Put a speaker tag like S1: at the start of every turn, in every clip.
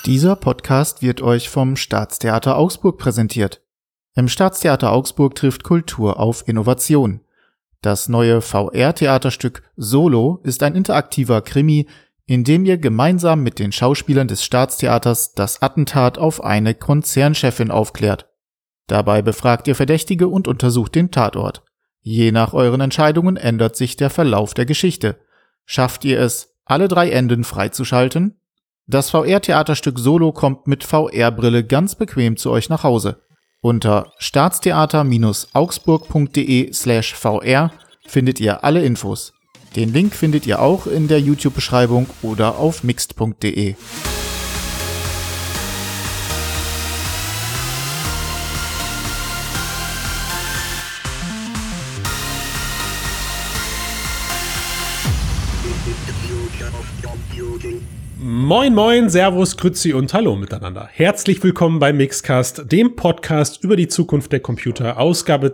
S1: Dieser Podcast wird euch vom Staatstheater Augsburg präsentiert. Im Staatstheater Augsburg trifft Kultur auf Innovation. Das neue VR-Theaterstück Solo ist ein interaktiver Krimi, in dem ihr gemeinsam mit den Schauspielern des Staatstheaters das Attentat auf eine Konzernchefin aufklärt. Dabei befragt ihr Verdächtige und untersucht den Tatort. Je nach euren Entscheidungen ändert sich der Verlauf der Geschichte. Schafft ihr es, alle 3 Enden freizuschalten? Das VR-Theaterstück Solo kommt mit VR-Brille ganz bequem zu euch nach Hause. Unter staatstheater-augsburg.de/vr findet ihr alle Infos. Den Link findet ihr auch in der YouTube-Beschreibung oder auf mixt.de.
S2: Moin moin, Servus, Grüezi und Hallo miteinander. Herzlich willkommen bei Mixcast, dem Podcast über die Zukunft der Computer, Ausgabe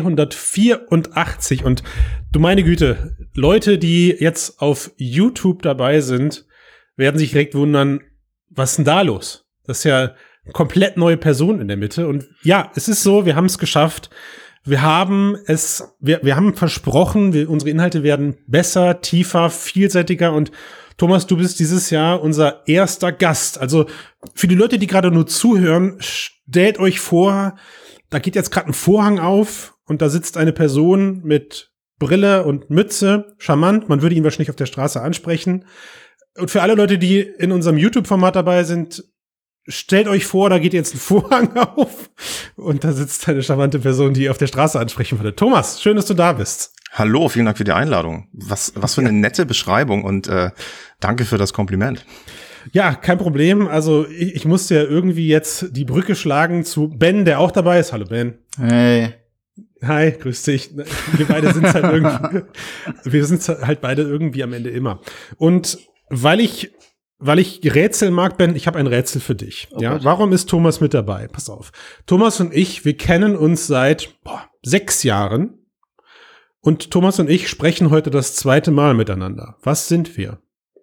S2: 284. Und du meine Güte, Leute, die jetzt auf YouTube dabei sind, werden sich direkt wundern, was ist denn da los? Das ist ja eine komplett neue Person in der Mitte. Und ja, es ist so, wir haben es geschafft. Wir haben versprochen, unsere Inhalte werden besser, tiefer, vielseitiger. Und Thomas, du bist dieses Jahr unser erster Gast. Also für die Leute, die gerade nur zuhören, stellt euch vor, da geht jetzt gerade ein Vorhang auf und da sitzt eine Person mit Brille und Mütze, charmant. Man würde ihn wahrscheinlich auf der Straße ansprechen. Und für alle Leute, die in unserem YouTube-Format dabei sind, stellt euch vor, da geht jetzt ein Vorhang auf und da sitzt eine charmante Person, die ihr auf der Straße ansprechen würde. Thomas, schön, dass du da bist.
S3: Hallo, vielen Dank für die Einladung. Was für eine nette Beschreibung und danke für das Kompliment.
S2: Ja, kein Problem. Also ich musste ja irgendwie jetzt die Brücke schlagen zu Ben, der auch dabei ist. Hallo Ben.
S1: Hey.
S2: Hi, grüß dich. Wir beide sind halt irgendwie, wir sind halt beide irgendwie am Ende immer. Und weil ich Rätsel mag, Ben, ich habe ein Rätsel für dich. Oh ja, Gott. Warum ist Thomas mit dabei? Pass auf. Thomas und ich, wir kennen uns seit 6 Jahren. Und Thomas und ich sprechen heute das 2. Mal miteinander. Was sind wir?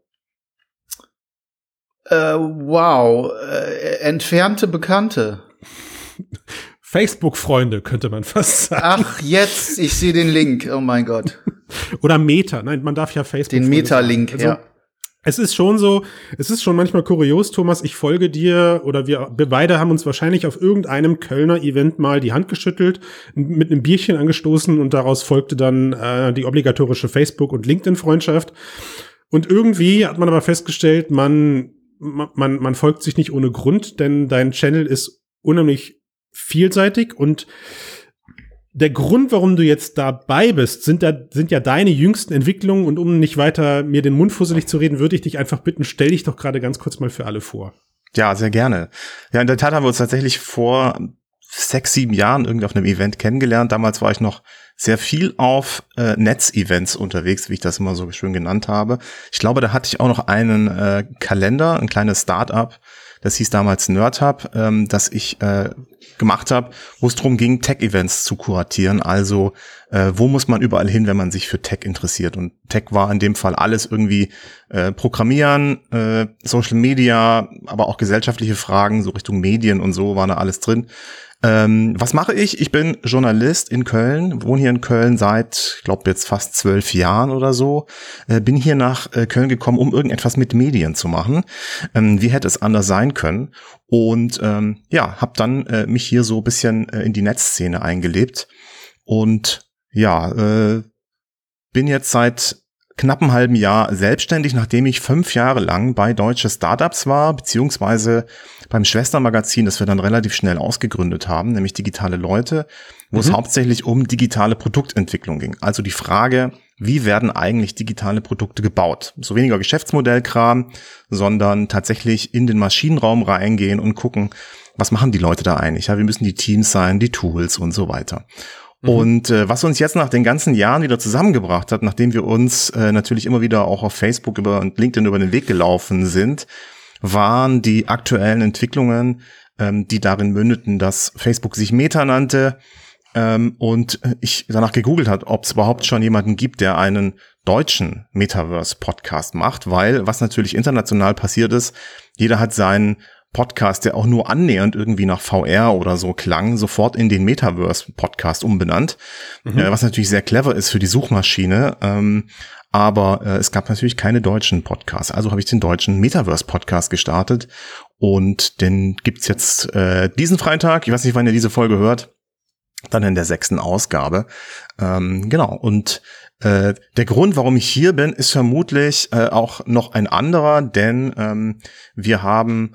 S1: Entfernte Bekannte.
S2: Facebook-Freunde, könnte man fast sagen.
S1: Ach, jetzt, ich sehe den Link. Oh mein Gott.
S2: Oder Meta. Nein, man darf ja Facebook.
S1: Den Meta-Link,
S2: also,
S1: ja.
S2: Es ist schon manchmal kurios, Thomas, ich folge dir oder wir beide haben uns wahrscheinlich auf irgendeinem Kölner Event mal die Hand geschüttelt, mit einem Bierchen angestoßen und daraus folgte dann die obligatorische Facebook- und LinkedIn-Freundschaft. Und irgendwie hat man aber festgestellt, man folgt sich nicht ohne Grund, denn dein Channel ist unheimlich vielseitig und der Grund, warum du jetzt dabei bist, sind ja deine jüngsten Entwicklungen und um nicht weiter mir den Mund fusselig zu reden, würde ich dich einfach bitten, stell dich doch gerade ganz kurz mal für alle vor.
S3: Ja, sehr gerne. Ja, in der Tat haben wir uns tatsächlich vor 6, 7 Jahren irgendwie auf einem Event kennengelernt. Damals war ich noch sehr viel auf Netzevents unterwegs, wie ich das immer so schön genannt habe. Ich glaube, da hatte ich auch noch einen Kalender, ein kleines Start-up. Das hieß damals NerdHub, das ich gemacht habe, wo es darum ging, Tech-Events zu kuratieren. Also wo muss man überall hin, wenn man sich für Tech interessiert? Und Tech war in dem Fall alles irgendwie Programmieren, Social Media, aber auch gesellschaftliche Fragen, so Richtung Medien und so war da alles drin. Was mache ich? Ich bin Journalist in Köln, wohne hier in Köln seit, ich glaube jetzt fast 12 Jahren oder so. Bin hier nach Köln gekommen, um irgendetwas mit Medien zu machen. Wie hätte es anders sein können? Und habe dann mich hier so ein bisschen in die Netzszene eingelebt. Und bin jetzt seit knapp einem halben Jahr selbstständig, nachdem ich 5 Jahre lang bei Deutsche Startups war, beziehungsweise beim Schwestermagazin, das wir dann relativ schnell ausgegründet haben, nämlich Digitale Leute, wo es hauptsächlich um digitale Produktentwicklung ging. Also die Frage, wie werden eigentlich digitale Produkte gebaut? So weniger Geschäftsmodellkram, sondern tatsächlich in den Maschinenraum reingehen und gucken, was machen die Leute da eigentlich? Ja, wie müssen die Teams sein, die Tools und so weiter. Und was uns jetzt nach den ganzen Jahren wieder zusammengebracht hat, nachdem wir uns natürlich immer wieder auch auf Facebook und LinkedIn über den Weg gelaufen sind, waren die aktuellen Entwicklungen, die darin mündeten, dass Facebook sich Meta nannte und ich danach gegoogelt hat, ob es überhaupt schon jemanden gibt, der einen deutschen Metaverse-Podcast macht, weil was natürlich international passiert ist, jeder hat seinen Podcast, der auch nur annähernd irgendwie nach VR oder so klang, sofort in den Metaverse-Podcast umbenannt, was natürlich sehr clever ist für die Suchmaschine, aber es gab natürlich keine deutschen Podcasts, also habe ich den deutschen Metaverse-Podcast gestartet und den gibt's jetzt diesen Freitag, ich weiß nicht, wann ihr diese Folge hört, dann in der 6. Ausgabe, genau, und der Grund, warum ich hier bin, ist vermutlich auch noch ein anderer, denn wir haben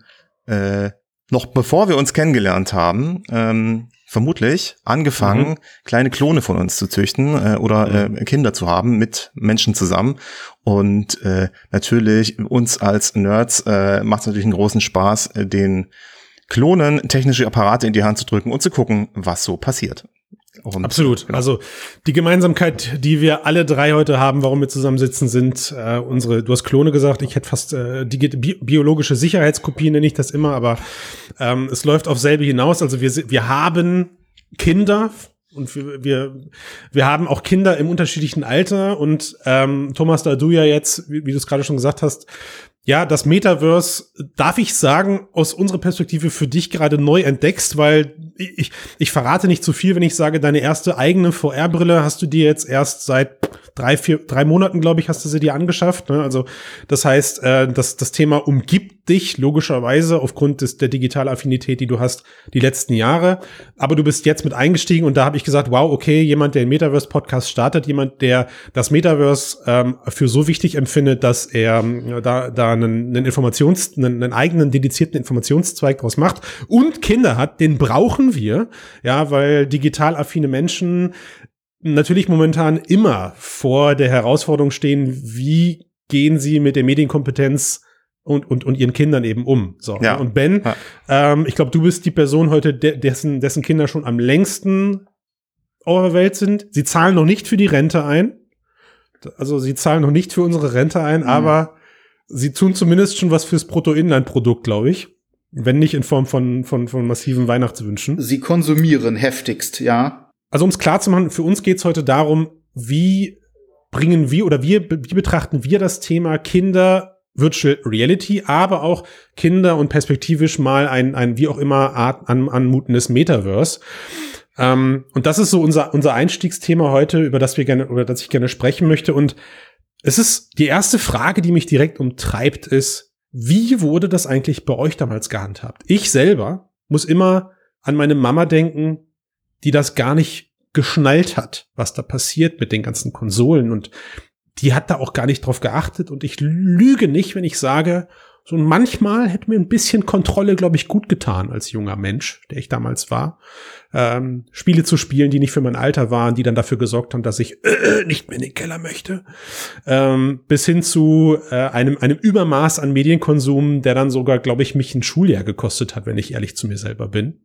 S3: noch bevor wir uns kennengelernt haben, vermutlich angefangen, kleine Klone von uns zu züchten oder Kinder zu haben mit Menschen zusammen. Und natürlich uns als Nerds macht es natürlich einen großen Spaß, den Klonen technische Apparate in die Hand zu drücken und zu gucken, was so passiert. Und,
S2: absolut. Genau. Also die Gemeinsamkeit, die wir alle drei heute haben, warum wir zusammensitzen, sind unsere, du hast Klone gesagt, ich hätte fast biologische Sicherheitskopien, nenne ich das immer, aber es läuft auf selbe hinaus. Also wir haben Kinder und wir haben auch Kinder im unterschiedlichen Alter und Thomas, da du ja jetzt, wie du es gerade schon gesagt hast, ja, das Metaverse, darf ich sagen, aus unserer Perspektive für dich gerade neu entdeckst, weil ich verrate nicht zu viel, wenn ich sage, deine erste eigene VR-Brille hast du dir jetzt erst seit 3 Monaten, glaube ich, hast du sie dir angeschafft. Ne? Also das heißt, das Thema umgibt dich logischerweise aufgrund der digitalen Affinität, die du hast die letzten Jahre. Aber du bist jetzt mit eingestiegen und da habe ich gesagt, wow, okay, jemand, der einen Metaverse-Podcast startet, jemand, der das Metaverse für so wichtig empfindet, dass er da einen eigenen dedizierten Informationszweig draus macht und Kinder hat, den brauchen wir, ja, weil digital affine Menschen natürlich momentan immer vor der Herausforderung stehen, wie gehen sie mit der Medienkompetenz und ihren Kindern eben um. So. Ja. Und Ben, ich glaube, du bist die Person heute, dessen Kinder schon am längsten auf der Welt sind. Sie zahlen noch nicht für die Rente ein. Also sie zahlen noch nicht für unsere Rente ein, aber sie tun zumindest schon was fürs Bruttoinlandprodukt, glaube ich. Wenn nicht in Form von massiven Weihnachtswünschen.
S4: Sie konsumieren heftigst, ja.
S2: Also um es klar zu machen, für uns geht es heute darum, wie betrachten wir das Thema Kinder, Virtual Reality, aber auch Kinder und perspektivisch mal ein wie auch immer anmutendes Metaverse. Und das ist so unser Einstiegsthema heute, über das ich gerne sprechen möchte. Und es ist die erste Frage, die mich direkt umtreibt, ist, wie wurde das eigentlich bei euch damals gehandhabt? Ich selber muss immer an meine Mama denken, die das gar nicht geschnallt hat, was da passiert mit den ganzen Konsolen. Und die hat da auch gar nicht drauf geachtet. Und ich lüge nicht, wenn ich sage, so manchmal hätte mir ein bisschen Kontrolle, glaube ich, gut getan als junger Mensch, der ich damals war. Spiele zu spielen, die nicht für mein Alter waren, die dann dafür gesorgt haben, dass ich nicht mehr in den Keller möchte. Bis hin zu einem Übermaß an Medienkonsum, der dann sogar, glaube ich, mich ein Schuljahr gekostet hat, wenn ich ehrlich zu mir selber bin.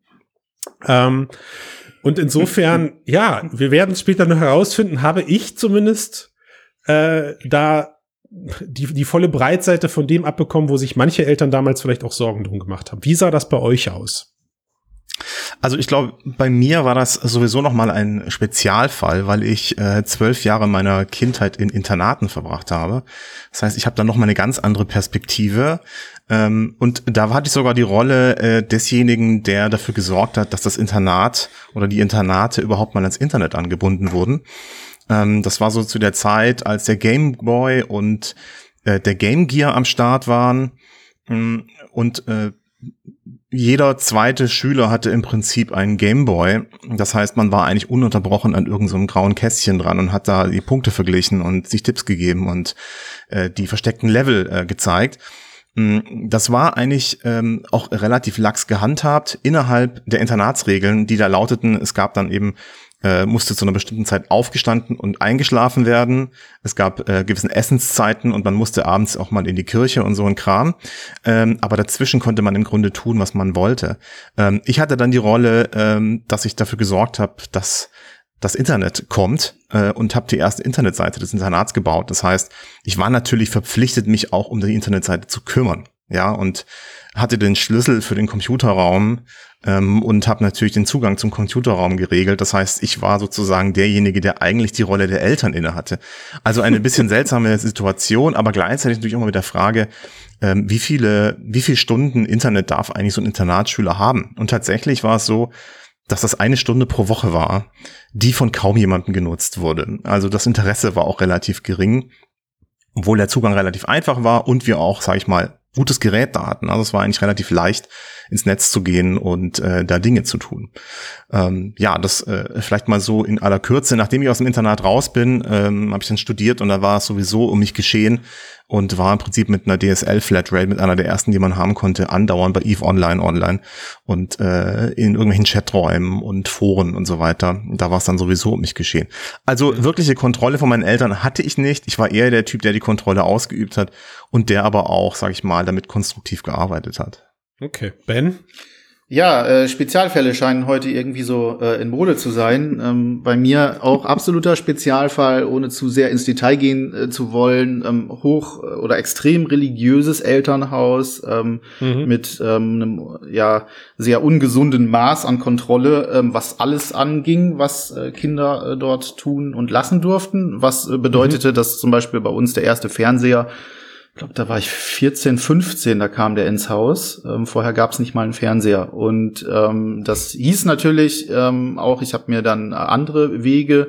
S2: Und insofern, ja, wir werden es später noch herausfinden, habe ich zumindest da die volle Breitseite von dem abbekommen, wo sich manche Eltern damals vielleicht auch Sorgen drum gemacht haben. Wie sah das bei euch aus?
S3: Also ich glaube, bei mir war das sowieso nochmal ein Spezialfall, weil ich 12 Jahre meiner Kindheit in Internaten verbracht habe. Das heißt, ich habe da nochmal eine ganz andere Perspektive. Und da hatte ich sogar die Rolle desjenigen, der dafür gesorgt hat, dass das Internat oder die Internate überhaupt mal ans Internet angebunden wurden. Das war so zu der Zeit, als der Game Boy und der Game Gear am Start waren. Und jeder zweite Schüler hatte im Prinzip einen Game Boy. Das heißt, man war eigentlich ununterbrochen an irgend so einem grauen Kästchen dran und hat da die Punkte verglichen und sich Tipps gegeben und die versteckten Level gezeigt. Das war eigentlich auch relativ lax gehandhabt innerhalb der Internatsregeln, die da lauteten, es gab dann eben musste zu einer bestimmten Zeit aufgestanden und eingeschlafen werden. Es gab gewissen Essenszeiten und man musste abends auch mal in die Kirche und so ein Kram. Aber dazwischen konnte man im Grunde tun, was man wollte. Ich hatte dann die Rolle, dass ich dafür gesorgt habe, dass das Internet kommt und habe die erste Internetseite des Internats gebaut. Das heißt, ich war natürlich verpflichtet, mich auch um die Internetseite zu kümmern. ja, und hatte den Schlüssel für den Computerraum und habe natürlich den Zugang zum Computerraum geregelt. Das heißt, ich war sozusagen derjenige, der eigentlich die Rolle der Eltern inne hatte. Also eine bisschen seltsame Situation, aber gleichzeitig natürlich immer mit der Frage, wie viele Stunden Internet darf eigentlich so ein Internatsschüler haben? Und tatsächlich war es so, dass das 1 Stunde pro Woche war, die von kaum jemandem genutzt wurde. Also das Interesse war auch relativ gering, obwohl der Zugang relativ einfach war und wir auch, sage ich mal, gutes Gerät da hatten. Also es war eigentlich relativ leicht, ins Netz zu gehen und da Dinge zu tun. Das vielleicht mal so in aller Kürze. Nachdem ich aus dem Internat raus bin, habe ich dann studiert und da war es sowieso um mich geschehen und war im Prinzip mit einer DSL-Flatrate, mit einer der ersten, die man haben konnte, andauernd bei EVE Online und in irgendwelchen Chaträumen und Foren und so weiter. Da war es dann sowieso um mich geschehen. Also wirkliche Kontrolle von meinen Eltern hatte ich nicht. Ich war eher der Typ, der die Kontrolle ausgeübt hat und der aber auch, sag ich mal, damit konstruktiv gearbeitet hat.
S2: Okay, Ben?
S4: Ja, Spezialfälle scheinen heute irgendwie so in Mode zu sein. Bei mir auch absoluter Spezialfall, ohne zu sehr ins Detail gehen zu wollen. Hoch- oder extrem religiöses Elternhaus mit einem sehr ungesunden Maß an Kontrolle, was alles anging, was Kinder dort tun und lassen durften. Was bedeutete, dass zum Beispiel bei uns der erste Fernseher, ich glaube, da war ich 14, 15, da kam der ins Haus. Vorher gab es nicht mal einen Fernseher. Und das hieß natürlich auch, ich habe mir dann andere Wege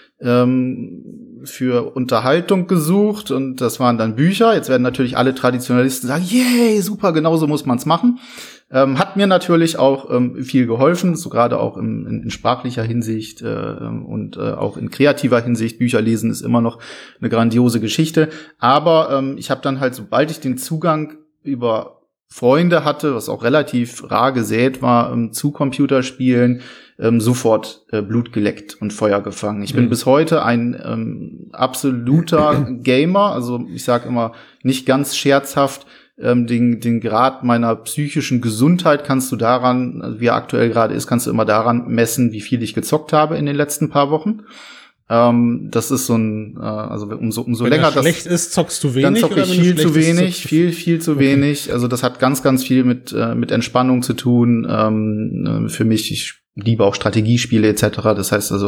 S4: für Unterhaltung gesucht. Und das waren dann Bücher. Jetzt werden natürlich alle Traditionalisten sagen, yay, super, genauso muss man's machen. Hat mir natürlich auch viel geholfen, so gerade auch in sprachlicher Hinsicht und auch in kreativer Hinsicht. Bücher lesen ist immer noch eine grandiose Geschichte. Aber ich habe dann halt, sobald ich den Zugang über Freunde hatte, was auch relativ rar gesät war, zu Computerspielen, sofort Blut geleckt und Feuer gefangen. Ich bin bis heute ein absoluter Gamer. Also ich sage immer nicht ganz scherzhaft, den Grad meiner psychischen Gesundheit kannst du daran, also wie er aktuell gerade ist, kannst du immer daran messen, wie viel ich gezockt habe in den letzten paar Wochen. Das ist so ein, also umso länger das
S2: schlecht ist, zockst du wenig.
S4: Dann zocke ich viel zu wenig, viel zu
S2: okay.
S4: wenig. Also das hat ganz viel mit Entspannung zu tun. Für mich, ich liebe auch Strategiespiele etc. Das heißt also,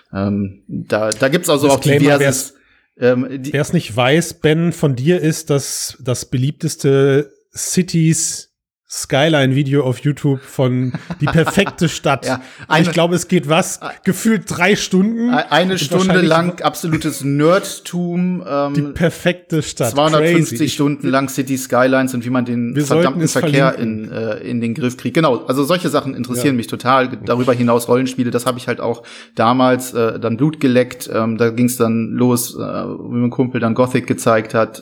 S4: da gibt's also auch diverses.
S2: Wer es nicht weiß, Ben, von dir ist das beliebteste Cities Skyline-Video auf YouTube von Die perfekte Stadt.
S4: Ja,
S2: ich glaube, es geht gefühlt 3 Stunden.
S4: Eine Stunde lang absolutes Nerdtum.
S2: Die perfekte Stadt.
S4: 250
S2: Crazy.
S4: Stunden lang City Skylines und wie man den verdammten Verkehr in den Griff kriegt. Genau, also solche Sachen interessieren mich total. Darüber hinaus Rollenspiele, das habe ich halt auch damals dann Blut geleckt. Da ging es dann los, wie mein Kumpel dann Gothic gezeigt hat.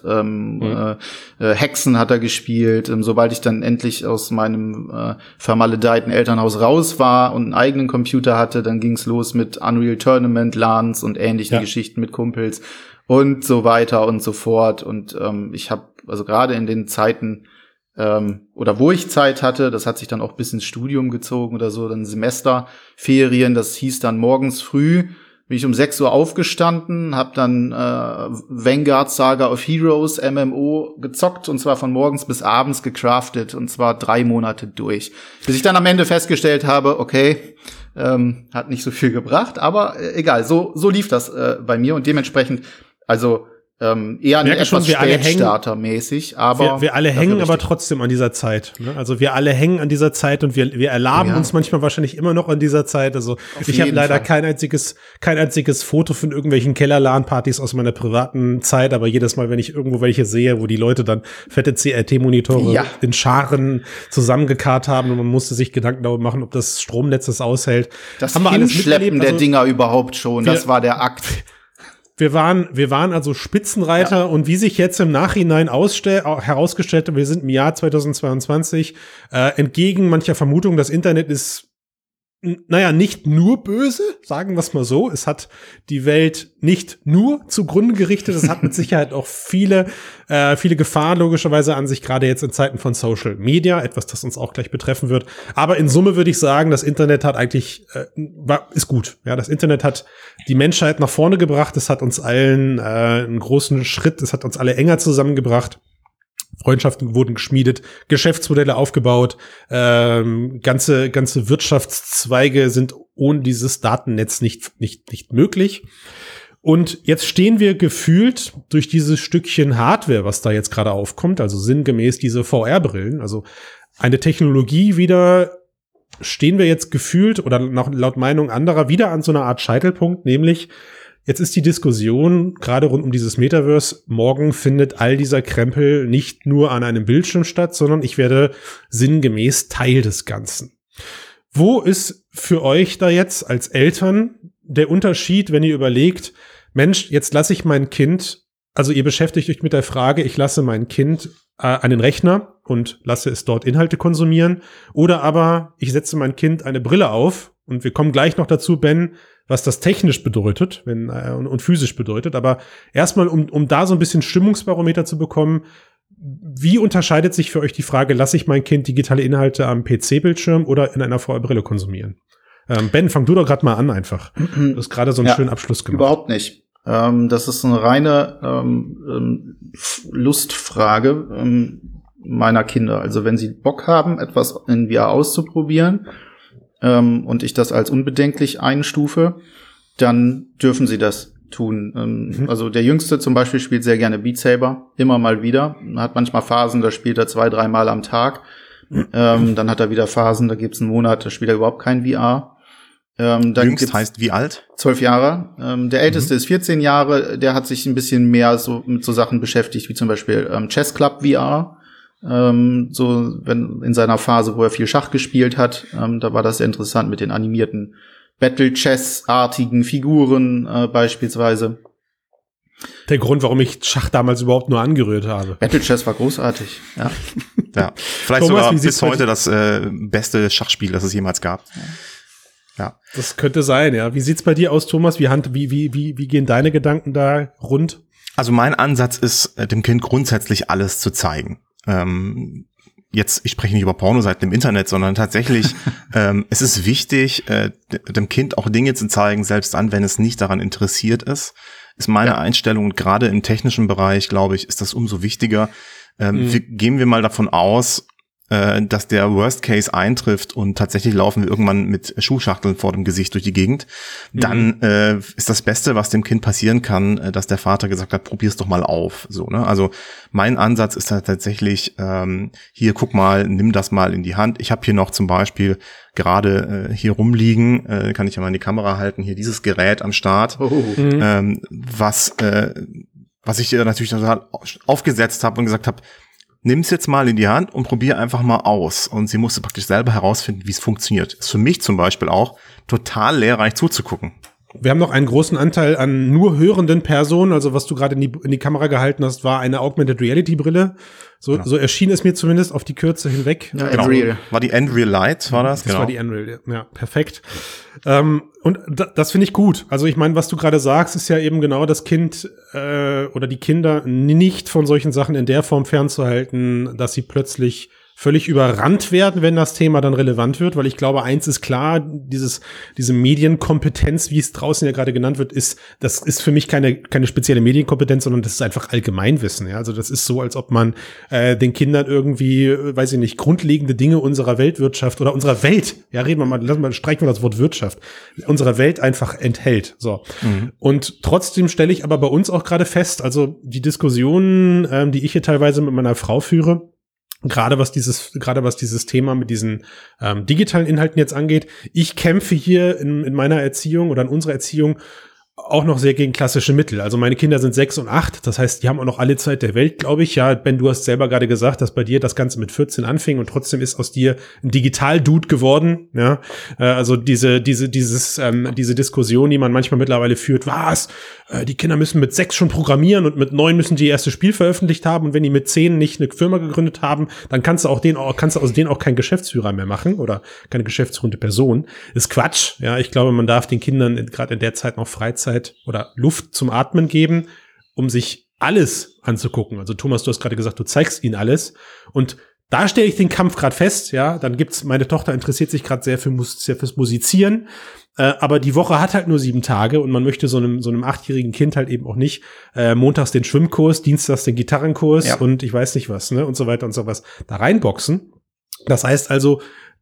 S4: Hexen hat er gespielt. Sobald ich dann endlich aus meinem vermaledeiten Elternhaus raus war und einen eigenen Computer hatte, dann ging's los mit Unreal Tournament, LANs und ähnlichen Geschichten mit Kumpels und so weiter und so fort. Und ich habe also gerade in den Zeiten oder wo ich Zeit hatte, das hat sich dann auch bis ins Studium gezogen oder so, dann Semesterferien, das hieß dann morgens früh, bin ich um 6 Uhr aufgestanden, hab dann Vanguard Saga of Heroes MMO gezockt und zwar von morgens bis abends gecraftet und zwar 3 Monate durch. Bis ich dann am Ende festgestellt habe, okay, hat nicht so viel gebracht, aber egal, so lief das bei mir und dementsprechend, also eher eine etwas Spätstarter-mäßig, aber
S2: wir alle hängen aber trotzdem an dieser Zeit. Ne? Also wir alle hängen an dieser Zeit und wir erlaben uns manchmal wahrscheinlich immer noch an dieser Zeit. Also ich habe leider kein einziges Foto von irgendwelchen Keller-LAN-Partys aus meiner privaten Zeit, aber jedes Mal, wenn ich irgendwo welche sehe, wo die Leute dann fette CRT-Monitore in Scharen zusammengekarrt haben und man musste sich Gedanken darüber machen, ob das Stromnetz das aushält.
S4: Das Hinschleppen der Dinger überhaupt schon, das war der Akt.
S2: Wir waren also Spitzenreiter und wie sich jetzt im Nachhinein herausgestellt hat, wir sind im Jahr 2022, entgegen mancher Vermutung, das Internet ist, nicht nur böse, sagen wir es mal so. Es hat die Welt nicht nur zugrunde gerichtet, es hat mit Sicherheit auch viele Gefahren logischerweise an sich, gerade jetzt in Zeiten von Social Media, etwas, das uns auch gleich betreffen wird. Aber in Summe würde ich sagen, das Internet hat eigentlich, ist gut. Ja, das Internet hat die Menschheit nach vorne gebracht, es hat uns allen einen großen Schritt, es hat uns alle enger zusammengebracht. Freundschaften wurden geschmiedet, Geschäftsmodelle aufgebaut, ganze Wirtschaftszweige sind ohne dieses Datennetz nicht möglich. Und jetzt stehen wir gefühlt durch dieses Stückchen Hardware, was da jetzt gerade aufkommt, also sinngemäß diese VR-Brillen, also eine Technologie wieder, stehen wir jetzt gefühlt oder laut Meinung anderer wieder an so einer Art Scheitelpunkt, nämlich jetzt ist die Diskussion gerade rund um dieses Metaverse, morgen findet all dieser Krempel nicht nur an einem Bildschirm statt, sondern ich werde sinngemäß Teil des Ganzen. Wo ist für euch da jetzt als Eltern der Unterschied, wenn ihr überlegt, Mensch, jetzt lasse ich mein Kind, also ihr beschäftigt euch mit der Frage, ich lasse mein Kind an den Rechner und lasse es dort Inhalte konsumieren, oder aber ich setze mein Kind eine Brille auf und wir kommen gleich noch dazu, Ben, was das technisch bedeutet und physisch bedeutet, aber erstmal, um da so ein bisschen Stimmungsbarometer zu bekommen, wie unterscheidet sich für euch die Frage, lasse ich mein Kind digitale Inhalte am PC-Bildschirm oder in einer VR-Brille konsumieren? Ben, fang du doch gerade mal an einfach. Du hast gerade so einen schönen Abschluss gemacht.
S4: Überhaupt nicht. Das ist eine reine Lustfrage meiner Kinder. Also wenn sie Bock haben, etwas in VR auszuprobieren und ich das als unbedenklich einstufe, dann dürfen sie das tun. Also der Jüngste zum Beispiel spielt sehr gerne Beat Saber, immer mal wieder. Hat manchmal Phasen, da spielt er 2-3 Mal am Tag. Dann hat er wieder Phasen, da gibt's einen Monat, da spielt er überhaupt kein VR.
S3: Jüngst heißt wie alt?
S4: 12 Jahre. Der Älteste ist 14 Jahre, der hat sich ein bisschen mehr so mit so Sachen beschäftigt, wie zum Beispiel Chess Club VR. So wenn in seiner Phase, wo er viel Schach gespielt hat, da war das sehr interessant mit den animierten Battle-Chess-artigen Figuren beispielsweise.
S2: Der Grund, warum ich Schach damals überhaupt nur angerührt habe.
S4: Battle Chess war großartig, ja.
S3: Ja, vielleicht Thomas, sogar bis heute das beste Schachspiel, das es jemals gab. Ja.
S2: Das könnte sein, ja. Wie sieht's bei dir aus, Thomas? Wie gehen deine Gedanken da rund?
S3: Also mein Ansatz ist, dem Kind grundsätzlich alles zu zeigen. Ich spreche nicht über Pornoseiten im Internet, sondern tatsächlich, es ist wichtig, dem Kind auch Dinge zu zeigen, selbst dann, wenn es nicht daran interessiert ist. Ist meine Einstellung, und gerade im technischen Bereich, glaube ich, ist das umso wichtiger. Gehen wir mal davon aus, dass der Worst Case eintrifft und tatsächlich laufen wir irgendwann mit Schuhschachteln vor dem Gesicht durch die Gegend, dann ist das Beste, was dem Kind passieren kann, dass der Vater gesagt hat, probier's doch mal auf. So, ne? Also mein Ansatz ist da tatsächlich, hier, guck mal, nimm das mal in die Hand. Ich habe hier noch zum Beispiel gerade hier rumliegen, kann ich ja mal in die Kamera halten, hier dieses Gerät am Start, was ich natürlich total aufgesetzt habe und gesagt habe, nimm's jetzt mal in die Hand und probier einfach mal aus. Und sie musste praktisch selber herausfinden, wie es funktioniert. Ist für mich zum Beispiel auch total lehrreich zuzugucken.
S2: Wir haben noch einen großen Anteil an nur hörenden Personen. Also was du gerade in die Kamera gehalten hast, war eine Augmented Reality Brille. So erschien es mir zumindest auf die Kürze hinweg.
S3: Ja, genau. War die Nreal Lite, war das?
S2: Das war die Nreal, ja, perfekt. Und das finde ich gut. Also ich meine, was du gerade sagst, ist ja eben genau das Kind oder die Kinder nicht von solchen Sachen in der Form fernzuhalten, dass sie plötzlich völlig überrannt werden, wenn das Thema dann relevant wird, weil ich glaube, eins ist klar, diese Medienkompetenz, wie es draußen ja gerade genannt wird, das ist für mich keine spezielle Medienkompetenz, sondern das ist einfach Allgemeinwissen, ja. Also das ist so, als ob man den Kindern irgendwie, weiß ich nicht, grundlegende Dinge unserer Weltwirtschaft oder unserer Welt, ja, streichen wir das Wort Wirtschaft, unserer Welt einfach enthält, so. Und trotzdem stelle ich aber bei uns auch gerade fest, also die Diskussionen, die ich hier teilweise mit meiner Frau führe, Gerade was dieses Thema mit diesen digitalen Inhalten jetzt angeht. Ich kämpfe hier in meiner Erziehung oder in unserer Erziehung auch noch sehr gegen klassische Mittel. Also meine Kinder sind 6 und 8, das heißt, die haben auch noch alle Zeit der Welt, glaube ich. Ja, Ben, du hast selber gerade gesagt, dass bei dir das Ganze mit 14 anfing und trotzdem ist aus dir ein Digital-Dude geworden. Ja, also diese Diskussion, die man manchmal mittlerweile führt, die Kinder müssen mit 6 schon programmieren und mit 9 müssen die ihr erstes Spiel veröffentlicht haben und wenn die mit 10 nicht eine Firma gegründet haben, dann kannst du aus denen auch keinen Geschäftsführer mehr machen oder keine geschäftsführende Person. Ist Quatsch. Ja, ich glaube, man darf den Kindern gerade in der Zeit noch Freizeit oder Luft zum Atmen geben, um sich alles anzugucken. Also Thomas, du hast gerade gesagt, du zeigst ihnen alles und da stelle ich den Kampf gerade fest, ja, dann meine Tochter interessiert sich gerade sehr fürs Musizieren. Aber die Woche hat halt nur 7 Tage und man möchte so einem 8-jährigen Kind halt eben auch nicht montags den Schwimmkurs, dienstags den Gitarrenkurs und ich weiß nicht was, ne, und so weiter und so was da reinboxen. Das heißt also,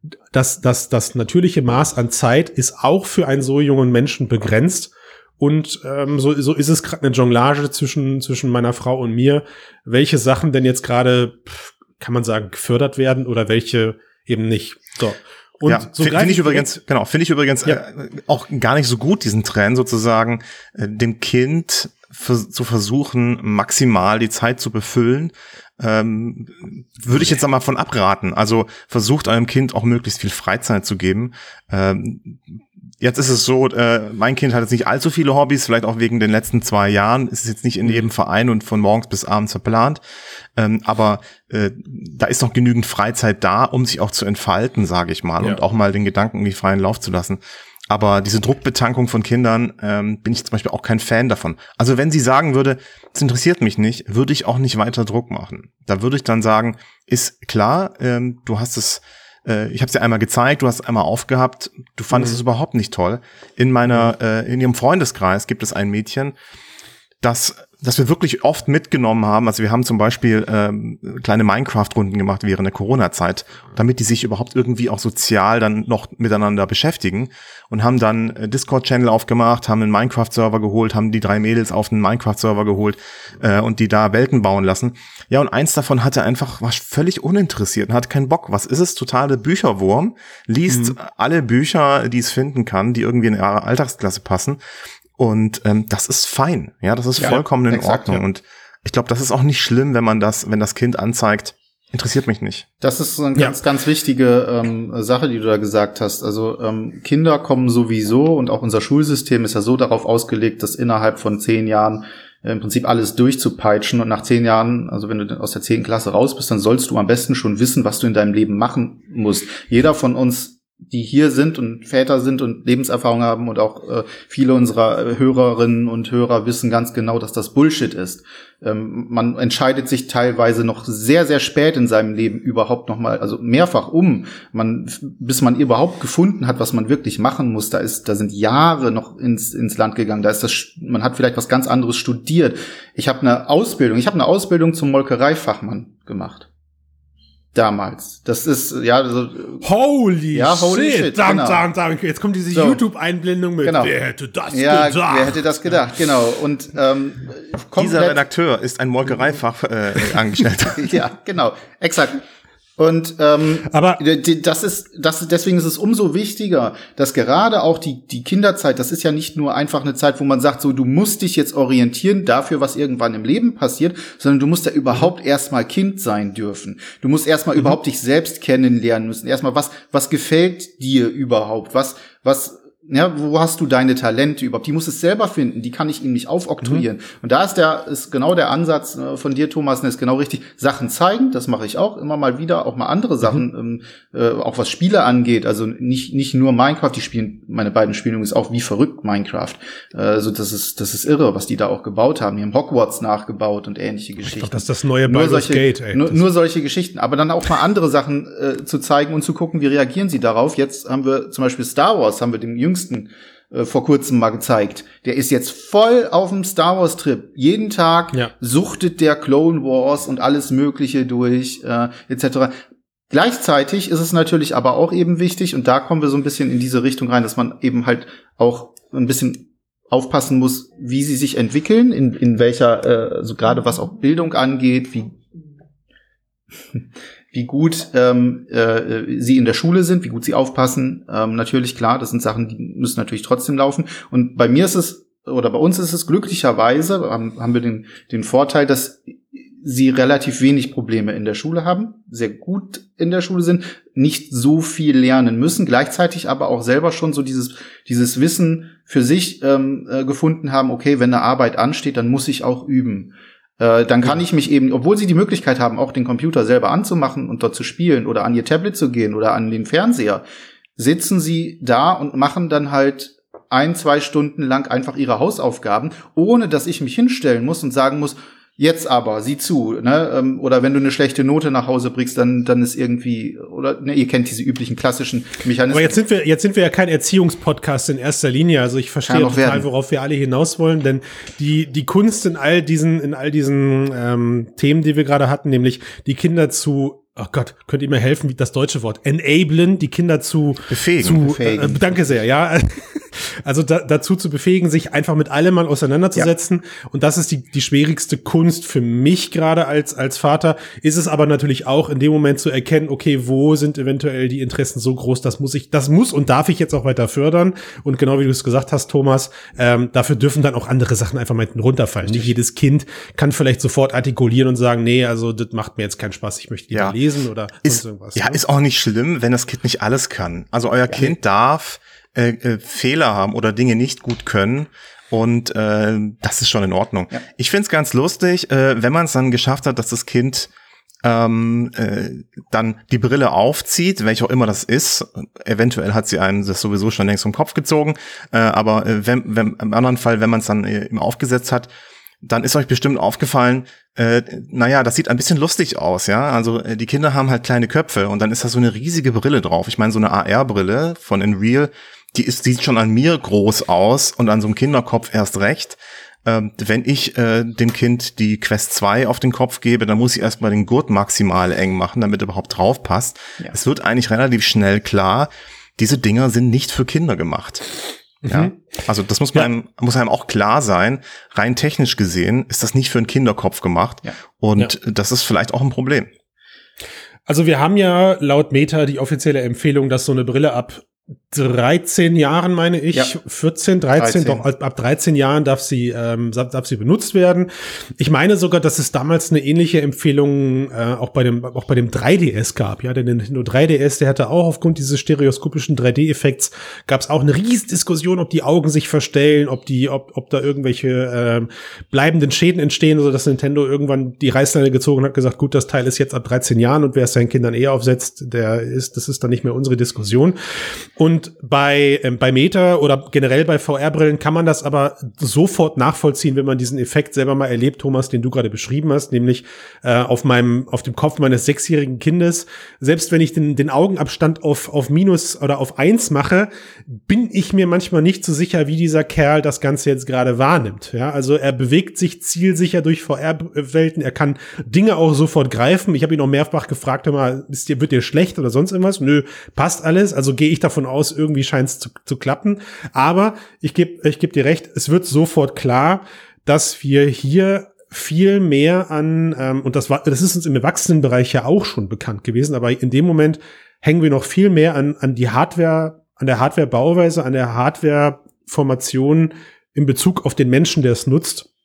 S2: das natürliche Maß an Zeit ist auch für einen so jungen Menschen begrenzt. Und so ist es gerade eine Jonglage zwischen meiner Frau und mir, welche Sachen denn jetzt gerade, kann man sagen, gefördert werden oder welche eben nicht. So. Und
S3: ja, so finde ich übrigens auch gar nicht so gut, diesen Trend sozusagen, dem Kind zu versuchen, maximal die Zeit zu befüllen. Würde ich jetzt einmal von abraten. Also versucht eurem Kind auch möglichst viel Freizeit zu geben. Jetzt ist es so, mein Kind hat jetzt nicht allzu viele Hobbys, vielleicht auch wegen den letzten 2 Jahren. Es ist jetzt nicht in jedem Verein und von morgens bis abends verplant. Aber da ist noch genügend Freizeit da, um sich auch zu entfalten, sage ich mal, und auch mal den Gedanken irgendwie freien Lauf zu lassen. Aber diese Druckbetankung von Kindern bin ich zum Beispiel auch kein Fan davon. Also wenn sie sagen würde, es interessiert mich nicht, würde ich auch nicht weiter Druck machen. Da würde ich dann sagen, ist klar, du hast es, ich habe es dir einmal gezeigt, du hast es einmal aufgehabt, du fandest es überhaupt nicht toll. In ihrem Freundeskreis gibt es ein Mädchen, das wir wirklich oft mitgenommen haben. Also wir haben zum Beispiel kleine Minecraft-Runden gemacht während der Corona-Zeit, damit die sich überhaupt irgendwie auch sozial dann noch miteinander beschäftigen, und haben dann Discord-Channel aufgemacht, haben einen Minecraft-Server geholt, haben die 3 Mädels auf einen Minecraft-Server geholt und die da Welten bauen lassen. Ja, und eins davon war völlig uninteressiert und hat keinen Bock. Was ist es? Totale Bücherwurm, liest alle Bücher, die es finden kann, die irgendwie in ihre Alltagsklasse passen. Und das ist fein, ja, das ist vollkommen in Ordnung. Ja. Und ich glaube, das ist auch nicht schlimm, wenn das Kind anzeigt, interessiert mich nicht.
S4: Das ist eine ganz wichtige Sache, die du da gesagt hast. Also Kinder kommen sowieso, und auch unser Schulsystem ist ja so darauf ausgelegt, dass innerhalb von 10 Jahren im Prinzip alles durchzupeitschen, und nach 10 Jahren, also wenn du aus der 10. Klasse raus bist, dann sollst du am besten schon wissen, was du in deinem Leben machen musst. Jeder von uns, die hier sind und Väter sind und Lebenserfahrung haben, und auch viele unserer Hörerinnen und Hörer wissen ganz genau, dass das Bullshit ist. Man entscheidet sich teilweise noch sehr, sehr spät in seinem Leben überhaupt nochmal, also mehrfach bis man überhaupt gefunden hat, was man wirklich machen muss. Da sind Jahre noch ins Land gegangen. Man hat vielleicht was ganz anderes studiert. Ich habe eine Ausbildung zum Molkereifachmann gemacht. Damals. Das ist,
S2: Holy shit.
S4: Genau.
S2: Jetzt kommt diese YouTube-Einblendung mit, wer hätte das gedacht?
S4: Wer hätte das gedacht, genau. Und
S3: dieser Redakteur ist ein Molkereifach-Angestellter.
S4: Ja, genau, exakt. Und aber deswegen ist es umso wichtiger, dass gerade auch die Kinderzeit, das ist ja nicht nur einfach eine Zeit, wo man sagt, so, du musst dich jetzt orientieren dafür, was irgendwann im Leben passiert, sondern du musst ja überhaupt erstmal Kind sein dürfen. Du musst erstmal überhaupt dich selbst kennenlernen müssen. Erstmal, was gefällt dir überhaupt? Wo hast du deine Talente überhaupt? Die muss es selber finden, die kann ich ihm nicht aufoktroyieren. Und da ist genau der Ansatz von dir, Thomas, und ist genau richtig. Sachen zeigen, das mache ich auch immer mal wieder, auch mal andere Sachen, auch was Spiele angeht. Also nicht nur Minecraft, meine beiden spielen übrigens auch wie verrückt Minecraft. Das ist irre, was die da auch gebaut haben. Die haben Hogwarts nachgebaut und ähnliche Geschichten. Ich glaube,
S2: das ist das neue Baldur's Gate, ey.
S4: Nur solche Geschichten. Aber dann auch mal andere Sachen zu zeigen und zu gucken, wie reagieren sie darauf. Jetzt haben wir zum Beispiel Star Wars, dem Jüngsten vor kurzem mal gezeigt. Der ist jetzt voll auf dem Star Wars Trip. Jeden Tag suchtet der Clone Wars und alles Mögliche durch, etc. Gleichzeitig ist es natürlich aber auch eben wichtig, und da kommen wir so ein bisschen in diese Richtung rein, dass man eben halt auch ein bisschen aufpassen muss, wie sie sich entwickeln, in welcher, so gerade was auch Bildung angeht, wie gut sie in der Schule sind, wie gut sie aufpassen. Natürlich, klar, das sind Sachen, die müssen natürlich trotzdem laufen. Und bei uns ist es glücklicherweise, haben wir den Vorteil, dass sie relativ wenig Probleme in der Schule haben, sehr gut in der Schule sind, nicht so viel lernen müssen, gleichzeitig aber auch selber schon so dieses Wissen für sich gefunden haben, okay, wenn eine Arbeit ansteht, dann muss ich auch üben. Dann kann ich mich eben, obwohl sie die Möglichkeit haben, auch den Computer selber anzumachen und dort zu spielen oder an ihr Tablet zu gehen oder an den Fernseher, sitzen sie da und machen dann halt 1-2 Stunden lang einfach ihre Hausaufgaben, ohne dass ich mich hinstellen muss und sagen muss, jetzt aber, sieh zu, ne? Oder wenn du eine schlechte Note nach Hause bringst, dann ist irgendwie, oder ne, ihr kennt diese üblichen klassischen Mechanismen.
S2: Aber jetzt sind wir ja kein Erziehungspodcast in erster Linie. Also ich verstehe total, worauf wir alle hinaus wollen, denn die Kunst in all diesen Themen, die wir gerade hatten, nämlich die Kinder zu, oh Gott, könnt ihr mir helfen, wie das deutsche Wort, enablen, die Kinder zu befähigen. Danke sehr, ja. Also dazu zu befähigen, sich einfach mit allem mal auseinanderzusetzen. Ja. Und das ist die schwierigste Kunst für mich gerade als Vater. Ist es aber natürlich auch in dem Moment zu erkennen, okay, wo sind eventuell die Interessen so groß, das muss und darf ich jetzt auch weiter fördern. Und genau wie du es gesagt hast, Thomas, dafür dürfen dann auch andere Sachen einfach mal hinten runterfallen. Nicht jedes Kind kann vielleicht sofort artikulieren und sagen, nee, also das macht mir jetzt keinen Spaß, ich möchte lieber lesen oder sonst irgendwas. Ja,
S3: ist auch nicht schlimm, wenn das Kind nicht alles kann. Also euer Kind darf Fehler haben oder Dinge nicht gut können und das ist schon in Ordnung. Ja. Ich find's ganz lustig, wenn man es dann geschafft hat, dass das Kind dann die Brille aufzieht, welche auch immer das ist. Eventuell hat sie einem das sowieso schon längst vom Kopf gezogen, aber wenn im anderen Fall, wenn man es dann ihm aufgesetzt hat, dann ist euch bestimmt aufgefallen, das sieht ein bisschen lustig aus, ja. Also die Kinder haben halt kleine Köpfe und dann ist da so eine riesige Brille drauf. Ich meine, so eine AR-Brille von Unreal, sieht schon an mir groß aus und an so einem Kinderkopf erst recht. Wenn ich dem Kind die Quest 2 auf den Kopf gebe, dann muss ich erstmal den Gurt maximal eng machen, damit er überhaupt drauf passt. Ja. Es wird eigentlich relativ schnell klar, diese Dinger sind nicht für Kinder gemacht. Ja, also das muss einem auch klar sein. Rein technisch gesehen ist das nicht für einen Kinderkopf gemacht. Ja. Und das ist vielleicht auch ein Problem.
S2: Also wir haben ja laut Meta die offizielle Empfehlung, dass so eine Brille ab 13 Jahren, meine ich, 14, 13, doch ab 13 Jahren darf sie benutzt werden. Ich meine sogar, dass es damals eine ähnliche Empfehlung auch bei dem 3DS gab. Ja, der Nintendo 3DS, der hatte auch aufgrund dieses stereoskopischen 3D-Effekts gab es auch eine Riesendiskussion, ob die Augen sich verstellen, ob da irgendwelche bleibenden Schäden entstehen, so dass Nintendo irgendwann die Reißleine gezogen hat, gesagt, gut, das Teil ist jetzt ab 13 Jahren und wer es seinen Kindern aufsetzt, das ist dann nicht mehr unsere Diskussion. Und bei Meta oder generell bei VR-Brillen kann man das aber sofort nachvollziehen, wenn man diesen Effekt selber mal erlebt, Thomas, den du gerade beschrieben hast, nämlich auf dem Kopf meines 6-jährigen Kindes. Selbst wenn ich den Augenabstand auf Minus oder auf 1 mache, bin ich mir manchmal nicht so sicher, wie dieser Kerl das Ganze jetzt gerade wahrnimmt. Ja, also er bewegt sich zielsicher durch VR-Welten, er kann Dinge auch sofort greifen. Ich habe ihn auch mehrfach gefragt, hör mal, wird dir schlecht oder sonst irgendwas? Nö, passt alles. Also gehe ich davon aus, irgendwie scheint es zu klappen. Aber ich geb dir recht, es wird sofort klar, dass wir hier viel mehr und das ist uns im Erwachsenenbereich ja auch schon bekannt gewesen, aber in dem Moment hängen wir noch viel mehr an die Hardware, an der Hardware-Bauweise, an der Hardware-Formation in Bezug auf den Menschen, der es nutzt,